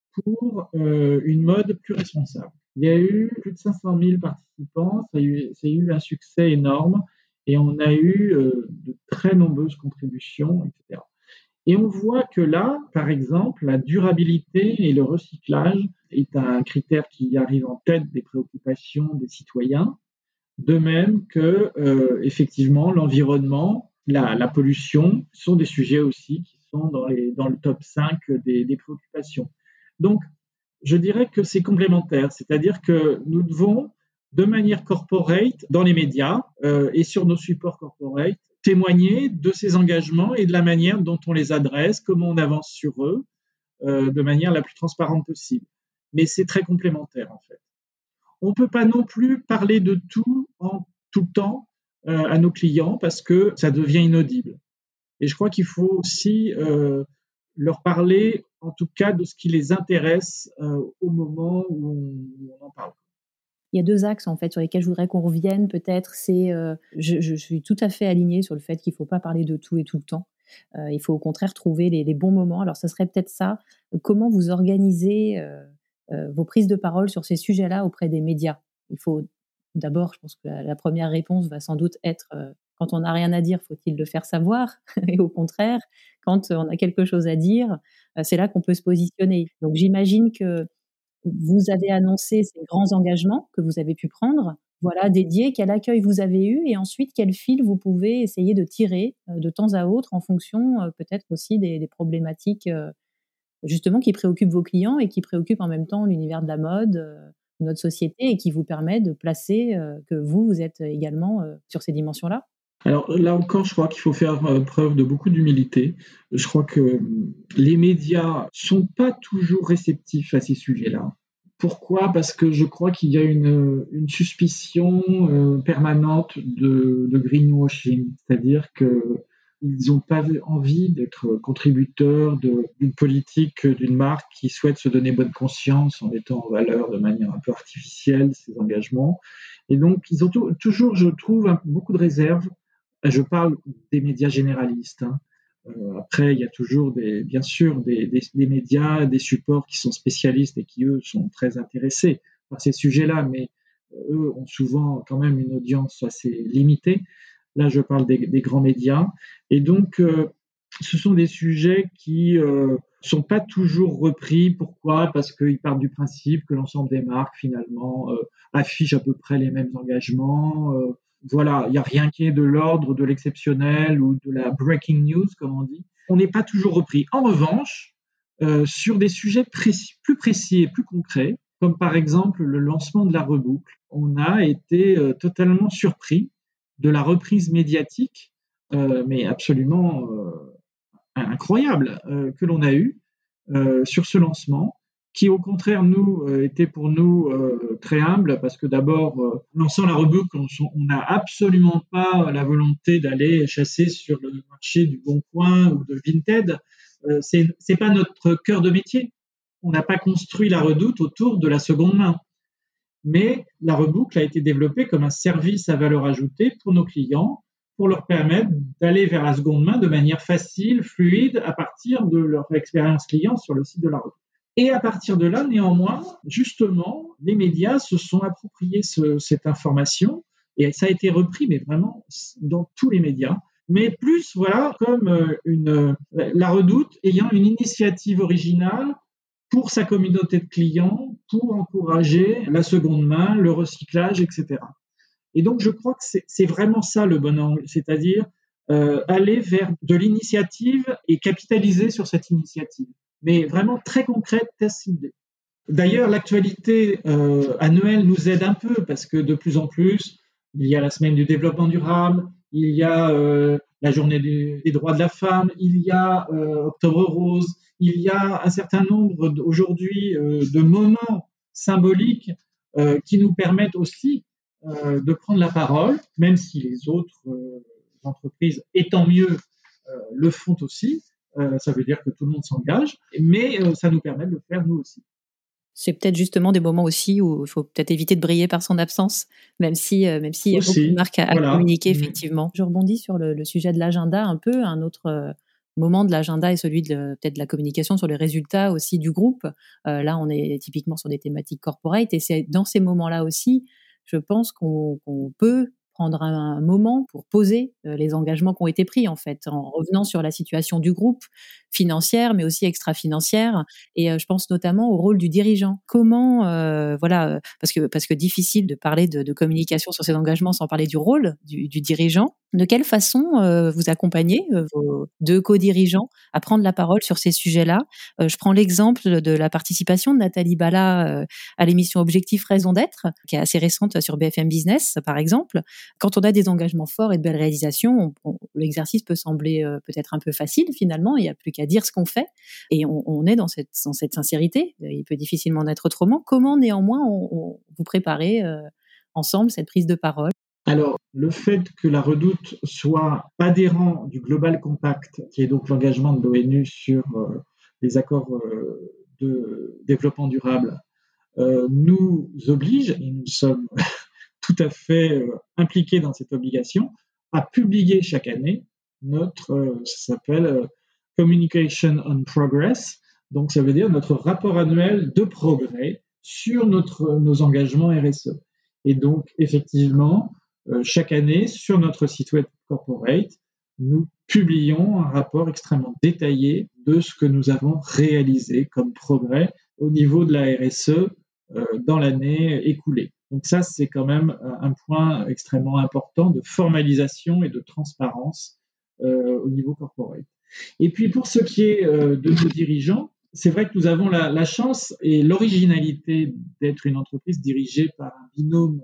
pour une mode plus responsable. Il y a eu plus de 500 000 participants, ça a eu un succès énorme et on a eu de très nombreuses contributions, etc. Et on voit que là, par exemple, la durabilité et le recyclage est un critère qui arrive en tête des préoccupations des citoyens, de même que, effectivement, l'environnement, la pollution sont des sujets aussi qui sont dans le top 5 des préoccupations. Donc, je dirais que c'est complémentaire, c'est-à-dire que nous devons, de manière corporate, dans les médias et sur nos supports corporate, témoigner de ces engagements et de la manière dont on les adresse, comment on avance sur eux, de manière la plus transparente possible. Mais c'est très complémentaire, en fait. On ne peut pas non plus parler de tout en tout le temps à nos clients parce que ça devient inaudible. Et je crois qu'il faut aussi leur parler, en tout cas, de ce qui les intéresse au moment où on en parle.
Il y a 2 axes, en fait, sur lesquels je voudrais qu'on revienne peut-être. C'est, je suis tout à fait alignée sur le fait qu'il ne faut pas parler de tout et tout le temps. Il faut au contraire trouver les bons moments. Alors, ça serait peut-être ça. Comment vous organisez vos prises de parole sur ces sujets-là auprès des médias? Il faut d'abord, je pense que la première réponse va sans doute être, quand on n'a rien à dire, faut-il le faire savoir? Et au contraire, quand on a quelque chose à dire, c'est là qu'on peut se positionner. Donc j'imagine que vous avez annoncé ces grands engagements que vous avez pu prendre, voilà, dédiés. Quel accueil vous avez eu et ensuite quel fil vous pouvez essayer de tirer, de temps à autre en fonction, peut-être aussi des problématiques, justement qui préoccupent vos clients et qui préoccupent en même temps l'univers de la mode, notre société et qui vous permet de placer, que vous êtes également, sur ces dimensions-là?
Alors là encore, je crois qu'il faut faire preuve de beaucoup d'humilité. Je crois que les médias sont pas toujours réceptifs à ces sujets-là. Pourquoi? Parce que je crois qu'il y a une suspicion permanente de greenwashing, c'est-à-dire qu'ils n'ont pas envie d'être contributeurs d'une politique, d'une marque qui souhaite se donner bonne conscience en mettant en valeur de manière un peu artificielle ses engagements. Et donc, ils ont toujours, je trouve, beaucoup de réserves. Je parle des médias généralistes. Hein. Après, il y a toujours bien sûr des médias, des supports qui sont spécialistes et qui, eux, sont très intéressés par ces sujets-là, mais eux ont souvent quand même une audience assez limitée. Là, je parle des grands médias. Et donc, ce sont des sujets qui sont pas toujours repris. Pourquoi? Parce qu'ils partent du principe que l'ensemble des marques, finalement, affichent à peu près les mêmes engagements. Voilà, il n'y a rien qui est de l'ordre de l'exceptionnel ou de la breaking news, comme on dit. On n'est pas toujours repris. En revanche, sur des sujets plus précis et plus concrets, comme par exemple le lancement de la reboucle, on a été totalement surpris de la reprise médiatique, mais absolument incroyable, que l'on a eue sur ce lancement, qui au contraire était pour nous très humble parce que d'abord, lançant la reboucle, on n'a absolument pas la volonté d'aller chasser sur le marché du Bon Coin ou de Vinted. C'est pas notre cœur de métier. On n'a pas construit la Redoute autour de la seconde main. Mais la reboucle a été développée comme un service à valeur ajoutée pour nos clients, pour leur permettre d'aller vers la seconde main de manière facile, fluide, à partir de leur expérience client sur le site de la reboucle. Et à partir de là, néanmoins, justement, les médias se sont appropriés cette information et ça a été repris, mais vraiment dans tous les médias. Mais plus, voilà, comme la Redoute ayant une initiative originale pour sa communauté de clients, pour encourager la seconde main, le recyclage, etc. Et donc, je crois que c'est vraiment ça le bon angle, c'est-à-dire aller vers de l'initiative et capitaliser sur cette initiative, mais vraiment très concrète, très ciblée. D'ailleurs, l'actualité annuelle nous aide un peu parce que de plus en plus, il y a la semaine du développement durable, il y a la journée des droits de la femme, il y a Octobre Rose, il y a un certain nombre aujourd'hui de moments symboliques qui nous permettent aussi de prendre la parole, même si les autres entreprises, et tant mieux, le font aussi. Ça veut dire que tout le monde s'engage, mais ça nous permet de le faire nous aussi.
C'est peut-être justement des moments aussi où il faut peut-être éviter de briller par son absence, même s'il y a beaucoup de marques à communiquer, effectivement. Je rebondis sur le sujet de l'agenda un peu. Un autre moment de l'agenda est celui peut-être de la communication sur les résultats aussi du groupe. Là, on est typiquement sur des thématiques corporate et c'est dans ces moments-là aussi, je pense qu'on peut prendre un moment pour poser les engagements qui ont été pris, en fait, en revenant sur la situation du groupe, financière, mais aussi extra-financière. Et je pense notamment au rôle du dirigeant. Comment, parce que difficile de parler de communication sur ces engagements sans parler du rôle du dirigeant. De quelle façon vous accompagnez vos deux co-dirigeants à prendre la parole sur ces sujets-là? Je prends l'exemple de la participation de Nathalie Bala à l'émission Objectif Raison d'être, qui est assez récente sur BFM Business, par exemple. Quand on a des engagements forts et de belles réalisations, l'exercice peut sembler peut-être un peu facile finalement, il n'y a plus qu'à dire ce qu'on fait et on est dans cette sincérité, il peut difficilement en être autrement. Comment néanmoins vous préparez ensemble cette prise de parole?
Alors, le fait que la Redoute soit adhérent du Global Compact, qui est donc l'engagement de l'ONU sur les accords de développement durable, nous oblige, et nous sommes tout à fait impliqués dans cette obligation, à publier chaque année ça s'appelle Communication on Progress, donc ça veut dire notre rapport annuel de progrès sur nos engagements RSE. Et donc, effectivement, chaque année, sur notre site web corporate, nous publions un rapport extrêmement détaillé de ce que nous avons réalisé comme progrès au niveau de la RSE dans l'année écoulée. Donc ça, c'est quand même un point extrêmement important de formalisation et de transparence au niveau corporate. Et puis pour ce qui est de nos dirigeants, c'est vrai que nous avons la chance et l'originalité d'être une entreprise dirigée par un binôme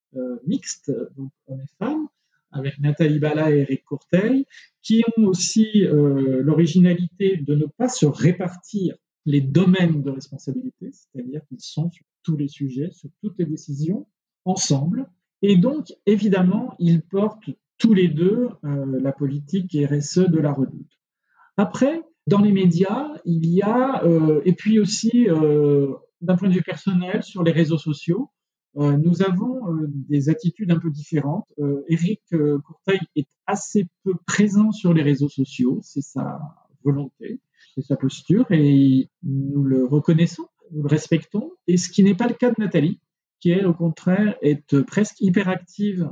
mixte, donc hommes et femmes, avec Nathalie Bala et Eric Courteil, qui ont aussi l'originalité de ne pas se répartir les domaines de responsabilité, c'est-à-dire qu'ils sont sur tous les sujets, sur toutes les décisions, ensemble. Et donc, évidemment, ils portent tous les deux la politique RSE de la Redoute. Après, dans les médias, il y a, et puis aussi, d'un point de vue personnel, sur les réseaux sociaux, nous avons des attitudes un peu différentes. Éric Courteil est assez peu présent sur les réseaux sociaux, c'est sa volonté, c'est sa posture, et nous le reconnaissons, nous le respectons, et ce qui n'est pas le cas de Nathalie, qui elle, au contraire, est presque hyperactive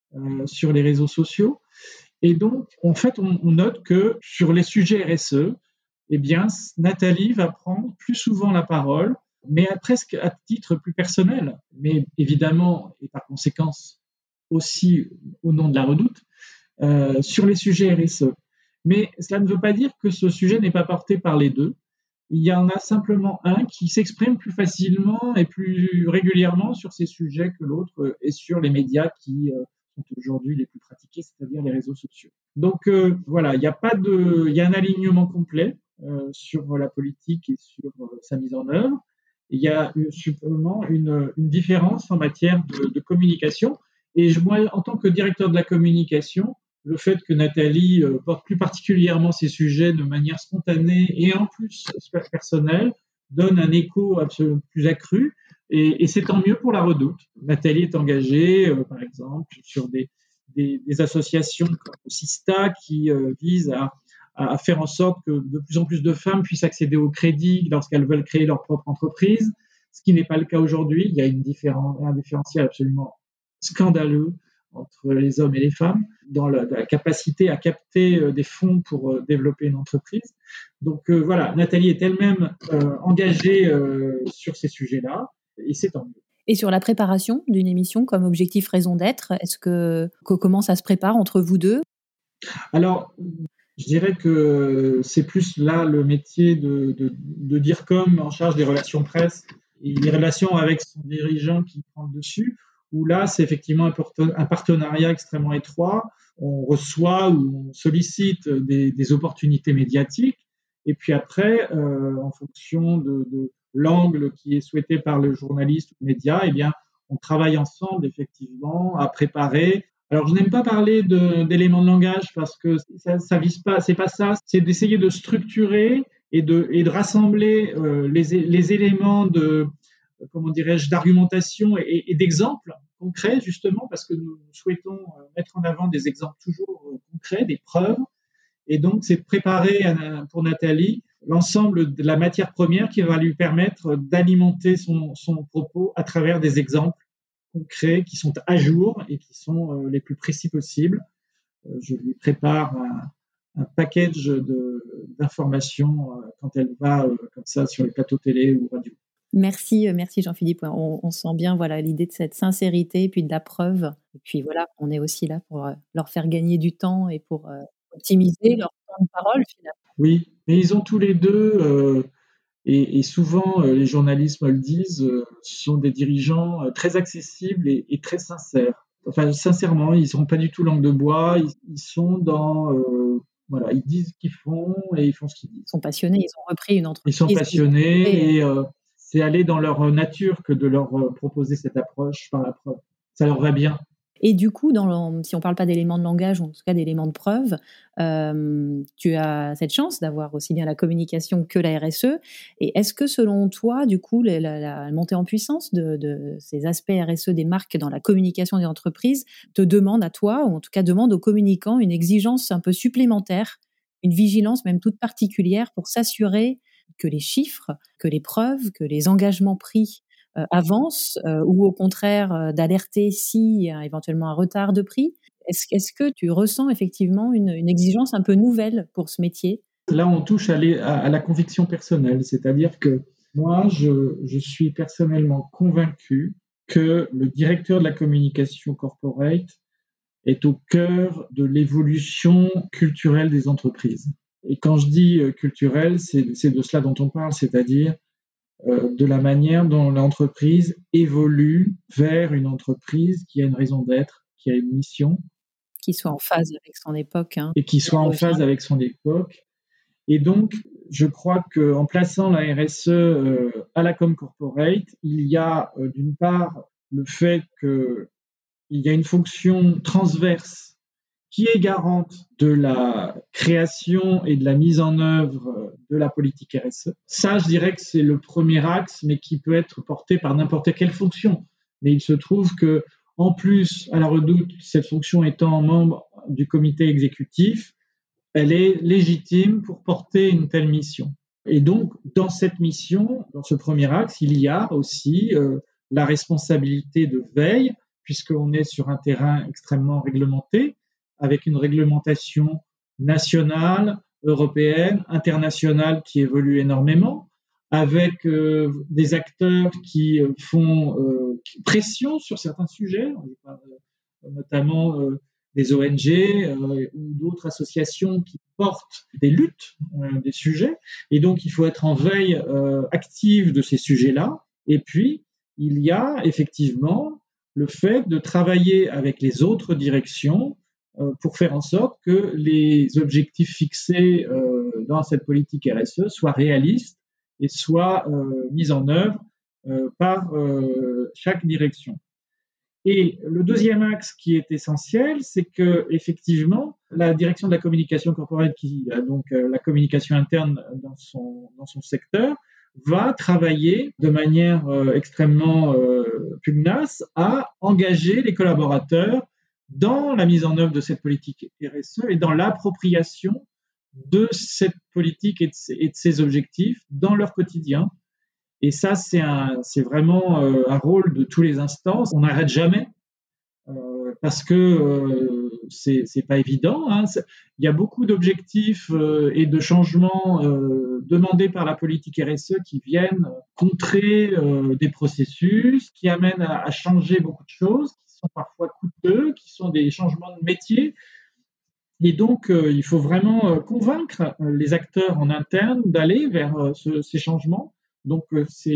sur les réseaux sociaux. Et donc, en fait, on note que sur les sujets RSE, eh bien, Nathalie va prendre plus souvent la parole, mais presque à titre plus personnel, mais évidemment, et par conséquence aussi au nom de la Redoute, sur les sujets RSE. Mais cela ne veut pas dire que ce sujet n'est pas porté par les deux. Il y en a simplement un qui s'exprime plus facilement et plus régulièrement sur ces sujets que l'autre, et sur les médias qui sont aujourd'hui les plus pratiqués, c'est-à-dire les réseaux sociaux. Donc voilà, il y a un alignement complet sur la politique et sur sa mise en œuvre. Il y a simplement une différence en matière de communication. Et moi, en tant que directeur de la communication, le fait que Nathalie porte plus particulièrement ces sujets de manière spontanée et en plus personnelle donne un écho absolument plus accru. Et c'est tant mieux pour la Redoute. Nathalie est engagée, par exemple, sur des associations comme Sista qui visent à faire en sorte que de plus en plus de femmes puissent accéder au crédit lorsqu'elles veulent créer leur propre entreprise, ce qui n'est pas le cas aujourd'hui. Il y a un différentiel absolument scandaleux entre les hommes et les femmes dans la capacité à capter des fonds pour développer une entreprise. Donc voilà, Nathalie est elle-même engagée sur ces sujets-là et c'est tant mieux.
Et sur la préparation d'une émission comme Objectif Raison d'être, comment ça se prépare entre vous deux?
Alors, je dirais que c'est plus là le métier de DIRCOM en charge des relations presse et des relations avec son dirigeant qui prend le dessus, où là, c'est effectivement un partenariat extrêmement étroit. On reçoit ou on sollicite des opportunités médiatiques. Et puis après, en fonction l'angle qui est souhaité par le journaliste ou le média, eh bien, on travaille ensemble effectivement à préparer. Alors, je n'aime pas parler d'éléments de langage parce que ça vise pas, c'est pas ça. C'est d'essayer de structurer et de rassembler les éléments de, comment dirais-je, d'argumentation et d'exemples concrets justement parce que nous souhaitons mettre en avant des exemples toujours concrets, des preuves. Et donc, c'est de préparer pour Nathalie l'ensemble de la matière première qui va lui permettre d'alimenter son propos à travers des exemples concrets qui sont à jour et qui sont les plus précis possibles. Je lui prépare un package d'informations quand elle va comme ça sur les plateaux télé ou radio.
Merci Jean-Philippe. On sent bien l'idée de cette sincérité et puis de la preuve. Et puis voilà, on est aussi là pour leur faire gagner du temps et pour optimiser leur temps de parole finalement.
Oui, mais ils ont tous les deux, et souvent les journalistes me le disent, sont des dirigeants très accessibles et très sincères. Enfin, sincèrement, ils ne sont pas du tout langue de bois, ils sont dans... voilà, ils disent ce qu'ils font et ils font ce qu'ils disent.
Ils sont passionnés, ils ont repris une entreprise.
Ils sont passionnés et c'est aller dans leur nature que de leur proposer cette approche par la preuve. Ça leur va bien.
Et du coup, si on ne parle pas d'éléments de langage, ou en tout cas d'éléments de preuve, tu as cette chance d'avoir aussi bien la communication que la RSE. Et est-ce que selon toi, du coup, la montée en puissance de ces aspects RSE des marques dans la communication des entreprises te demande à toi, ou en tout cas demande aux communicants, une exigence un peu supplémentaire, une vigilance même toute particulière pour s'assurer que les chiffres, que les preuves, que les engagements pris avance ou au contraire d'alerter s'il y a éventuellement un retard de prix? Est-ce que tu ressens effectivement une exigence un peu nouvelle pour ce métier?
Là, on touche à la conviction personnelle, c'est-à-dire que moi, je suis personnellement convaincu que le directeur de la communication corporate est au cœur de l'évolution culturelle des entreprises. Et quand je dis culturelle, c'est de cela dont on parle, c'est-à-dire de la manière dont l'entreprise évolue vers une entreprise qui a une raison d'être, qui a une mission.
Qui soit en phase avec son époque.
Et qui soit en phase avec son époque. Et donc, je crois qu'en plaçant la RSE à la com corporate, il y a d'une part le fait qu'il y a une fonction transverse qui est garante de la création et de la mise en œuvre de la politique RSE. Ça, je dirais que c'est le premier axe, mais qui peut être porté par n'importe quelle fonction. Mais il se trouve que, en plus, à la Redoute, cette fonction étant membre du comité exécutif, elle est légitime pour porter une telle mission. Et donc, dans cette mission, dans ce premier axe, il y a aussi la responsabilité de veille, puisqu'on est sur un terrain extrêmement réglementé, avec une réglementation nationale, européenne, internationale qui évolue énormément, avec des acteurs qui font pression sur certains sujets, notamment des ONG ou d'autres associations qui portent des luttes, des sujets. Et donc, il faut être en veille active de ces sujets-là. Et puis, il y a effectivement le fait de travailler avec les autres directions pour faire en sorte que les objectifs fixés dans cette politique RSE soient réalistes et soient mis en œuvre par chaque direction. Et le deuxième axe qui est essentiel, c'est que effectivement, la direction de la communication corporate, qui a donc la communication interne dans son secteur, va travailler de manière extrêmement pugnace à engager les collaborateurs dans la mise en œuvre de cette politique RSE et dans l'appropriation de cette politique et de ses objectifs dans leur quotidien. Et ça, c'est vraiment un rôle de tous les instants. On n'arrête jamais parce que c'est pas évident. Hein. Il y a beaucoup d'objectifs et de changements demandés par la politique RSE qui viennent contrer des processus, qui amènent à changer beaucoup de choses, qui sont parfois coûteux, qui sont des changements de métier. Et donc, il faut vraiment convaincre les acteurs en interne d'aller vers ces changements. Donc, c'est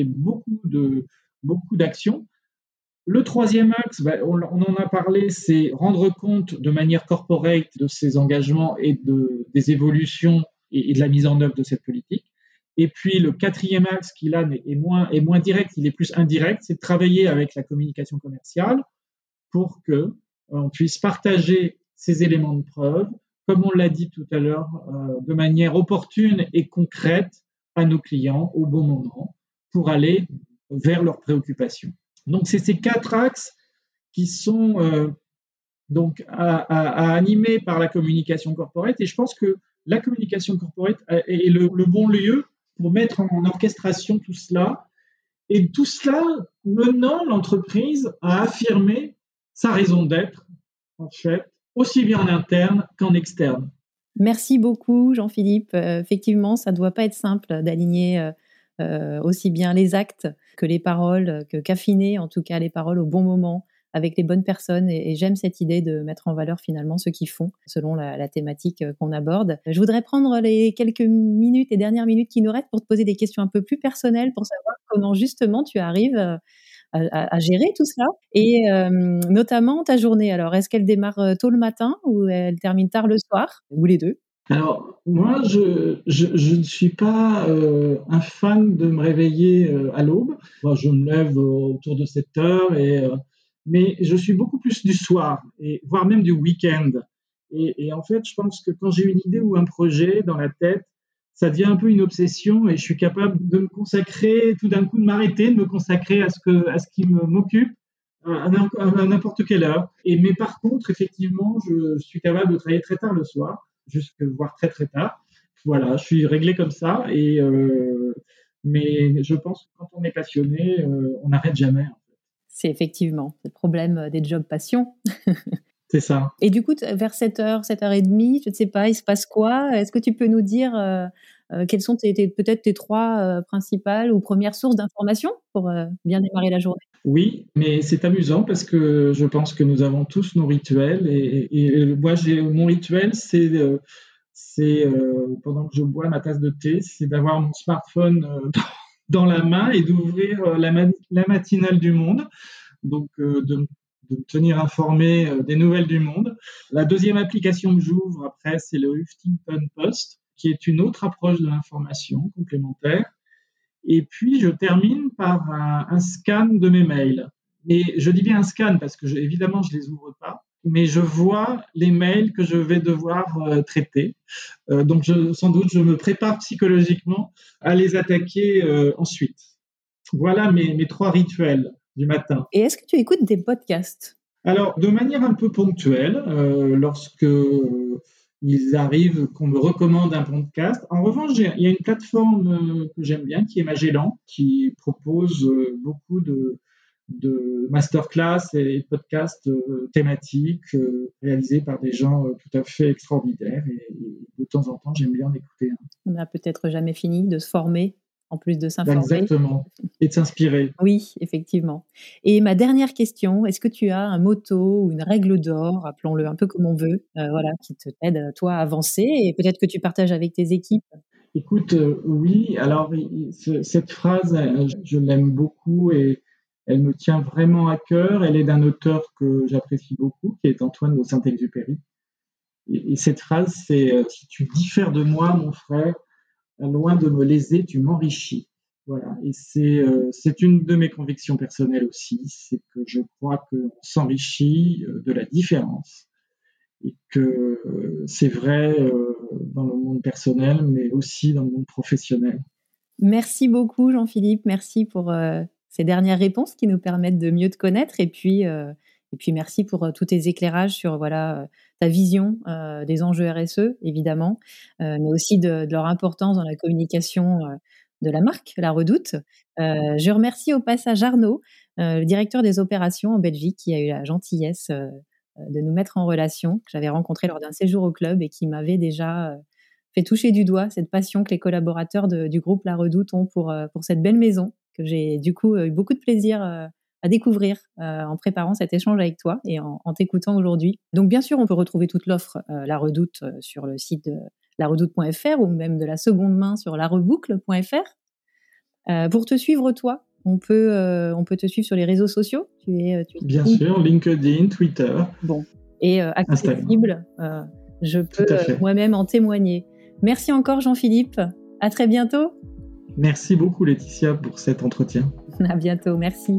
beaucoup d'actions. Le troisième axe, on en a parlé, c'est rendre compte de manière corporate de ces engagements et des évolutions et de la mise en œuvre de cette politique. Et puis le quatrième axe qui là est moins direct, il est plus indirect, c'est de travailler avec la communication commerciale pour que on puisse partager ces éléments de preuve, comme on l'a dit tout à l'heure, de manière opportune et concrète à nos clients au bon moment pour aller vers leurs préoccupations. Donc c'est ces 4 axes qui sont donc à animer par la communication corporate, et je pense que la communication corporate est le bon lieu pour mettre en orchestration tout cela, et tout cela menant l'entreprise à affirmer sa raison d'être, en fait, aussi bien en interne qu'en externe.
Merci beaucoup, Jean-Philippe. Effectivement, ça ne doit pas être simple d'aligner aussi bien les actes que les paroles, qu'affiner en tout cas les paroles au bon moment, avec les bonnes personnes. Et j'aime cette idée de mettre en valeur finalement ceux qui font, selon la thématique qu'on aborde. Je voudrais prendre les quelques minutes, les dernières minutes qui nous restent pour te poser des questions un peu plus personnelles, pour savoir comment justement tu arrives à gérer tout ça, et notamment ta journée. Alors, est-ce qu'elle démarre tôt le matin ou elle termine tard le soir, ou les deux?
Alors, moi, je ne suis pas un fan de me réveiller à l'aube. Moi, je me lève autour de 7 heures, mais je suis beaucoup plus du soir, et voire même du week-end. Et en fait, je pense que quand j'ai une idée ou un projet dans la tête, ça devient un peu une obsession, et je suis capable de me consacrer, tout d'un coup, de m'arrêter, de me consacrer à ce qui m'occupe à n'importe quelle heure. Mais par contre, effectivement, je suis capable de travailler très tard le soir, voire très très tard. Voilà, je suis réglé comme ça. Mais je pense que quand on est passionné, on n'arrête jamais.
C'est effectivement le problème des jobs passion.
C'est ça.
Et du coup, vers 7h, 7h30, je ne sais pas, il se passe quoi? Est-ce que tu peux nous dire quelles sont peut-être tes 3 principales ou premières sources d'informations pour bien démarrer la journée?
Oui, mais c'est amusant parce que je pense que nous avons tous nos rituels, et moi, mon rituel, c'est pendant que je bois ma tasse de thé, c'est d'avoir mon smartphone dans la main et d'ouvrir la matinale du Monde, donc de me tenir informé des nouvelles du monde. La deuxième application que j'ouvre après, c'est le Huffington Post, qui est une autre approche de l'information complémentaire. Et puis, je termine par un scan de mes mails. Et je dis bien un scan parce que, évidemment, je ne les ouvre pas, mais je vois les mails que je vais devoir traiter. Donc, sans doute, je me prépare psychologiquement à les attaquer ensuite. Voilà mes 3 rituels du matin.
Et est-ce que tu écoutes des podcasts?
Alors, de manière un peu ponctuelle, lorsque il arrive qu'on me recommande un podcast. En revanche, il y a une plateforme que j'aime bien, qui est Magellan, qui propose beaucoup de masterclass et de podcasts thématiques réalisés par des gens tout à fait extraordinaires. Et de temps en temps, j'aime bien en écouter un.
On n'a peut-être jamais fini de se former, en plus de s'informer.
Exactement. Et de s'inspirer.
Oui, effectivement. Et ma dernière question, est-ce que tu as un motto ou une règle d'or, appelons-le un peu comme on veut, voilà, qui t'aide, toi, à avancer, et peut-être que tu partages avec tes équipes?
Écoute, oui, alors cette phrase, je l'aime beaucoup, et elle me tient vraiment à cœur. Elle est d'un auteur que j'apprécie beaucoup, qui est Antoine de Saint-Exupéry. Et cette phrase, c'est si tu diffères de moi, mon frère, loin de me léser, tu m'enrichis. Voilà. Et c'est une de mes convictions personnelles aussi, c'est que je crois qu'on s'enrichit de la différence, et que c'est vrai dans le monde personnel, mais aussi dans le monde professionnel.
Merci beaucoup, Jean-Philippe. Merci pour ces dernières réponses qui nous permettent de mieux te connaître. Et puis merci pour tous tes éclairages sur ta vision des enjeux RSE, évidemment, mais aussi de leur importance dans la communication de la marque, La Redoute. Je remercie au passage Arnaud, le directeur des opérations en Belgique, qui a eu la gentillesse de nous mettre en relation, que j'avais rencontré lors d'un séjour au club et qui m'avait déjà fait toucher du doigt cette passion que les collaborateurs du groupe La Redoute ont pour cette belle maison, que j'ai du coup eu beaucoup de plaisir à découvrir en préparant cet échange avec toi et en t'écoutant aujourd'hui. Donc bien sûr, on peut retrouver toute l'offre La Redoute sur le site de laredoute.fr ou même de la seconde main sur lareboucle.fr. Pour te suivre, toi, on peut te suivre sur les réseaux sociaux. Tu es
Bien sûr, LinkedIn, Twitter.
Bon, et accessible, je peux moi-même en témoigner. Merci encore, Jean-Philippe. À très bientôt.
Merci beaucoup Laetitia pour cet entretien.
À bientôt, merci.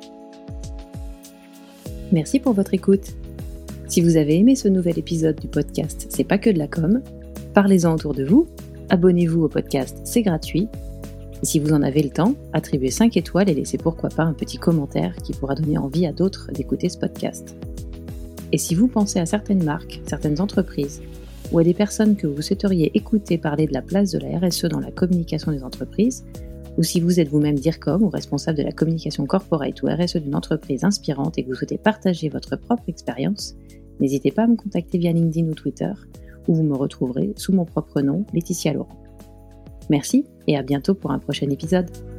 Merci pour votre écoute. Si vous avez aimé ce nouvel épisode du podcast C'est pas que de la com, parlez-en autour de vous, abonnez-vous au podcast, c'est gratuit. Et si vous en avez le temps, attribuez 5 étoiles et laissez pourquoi pas un petit commentaire qui pourra donner envie à d'autres d'écouter ce podcast. Et si vous pensez à certaines marques, certaines entreprises, ou à des personnes que vous souhaiteriez écouter parler de la place de la RSE dans la communication des entreprises, ou si vous êtes vous-même DIRCOM ou responsable de la communication corporate ou RSE d'une entreprise inspirante et que vous souhaitez partager votre propre expérience, n'hésitez pas à me contacter via LinkedIn ou Twitter, où vous me retrouverez sous mon propre nom, Laetitia Laurent. Merci et à bientôt pour un prochain épisode.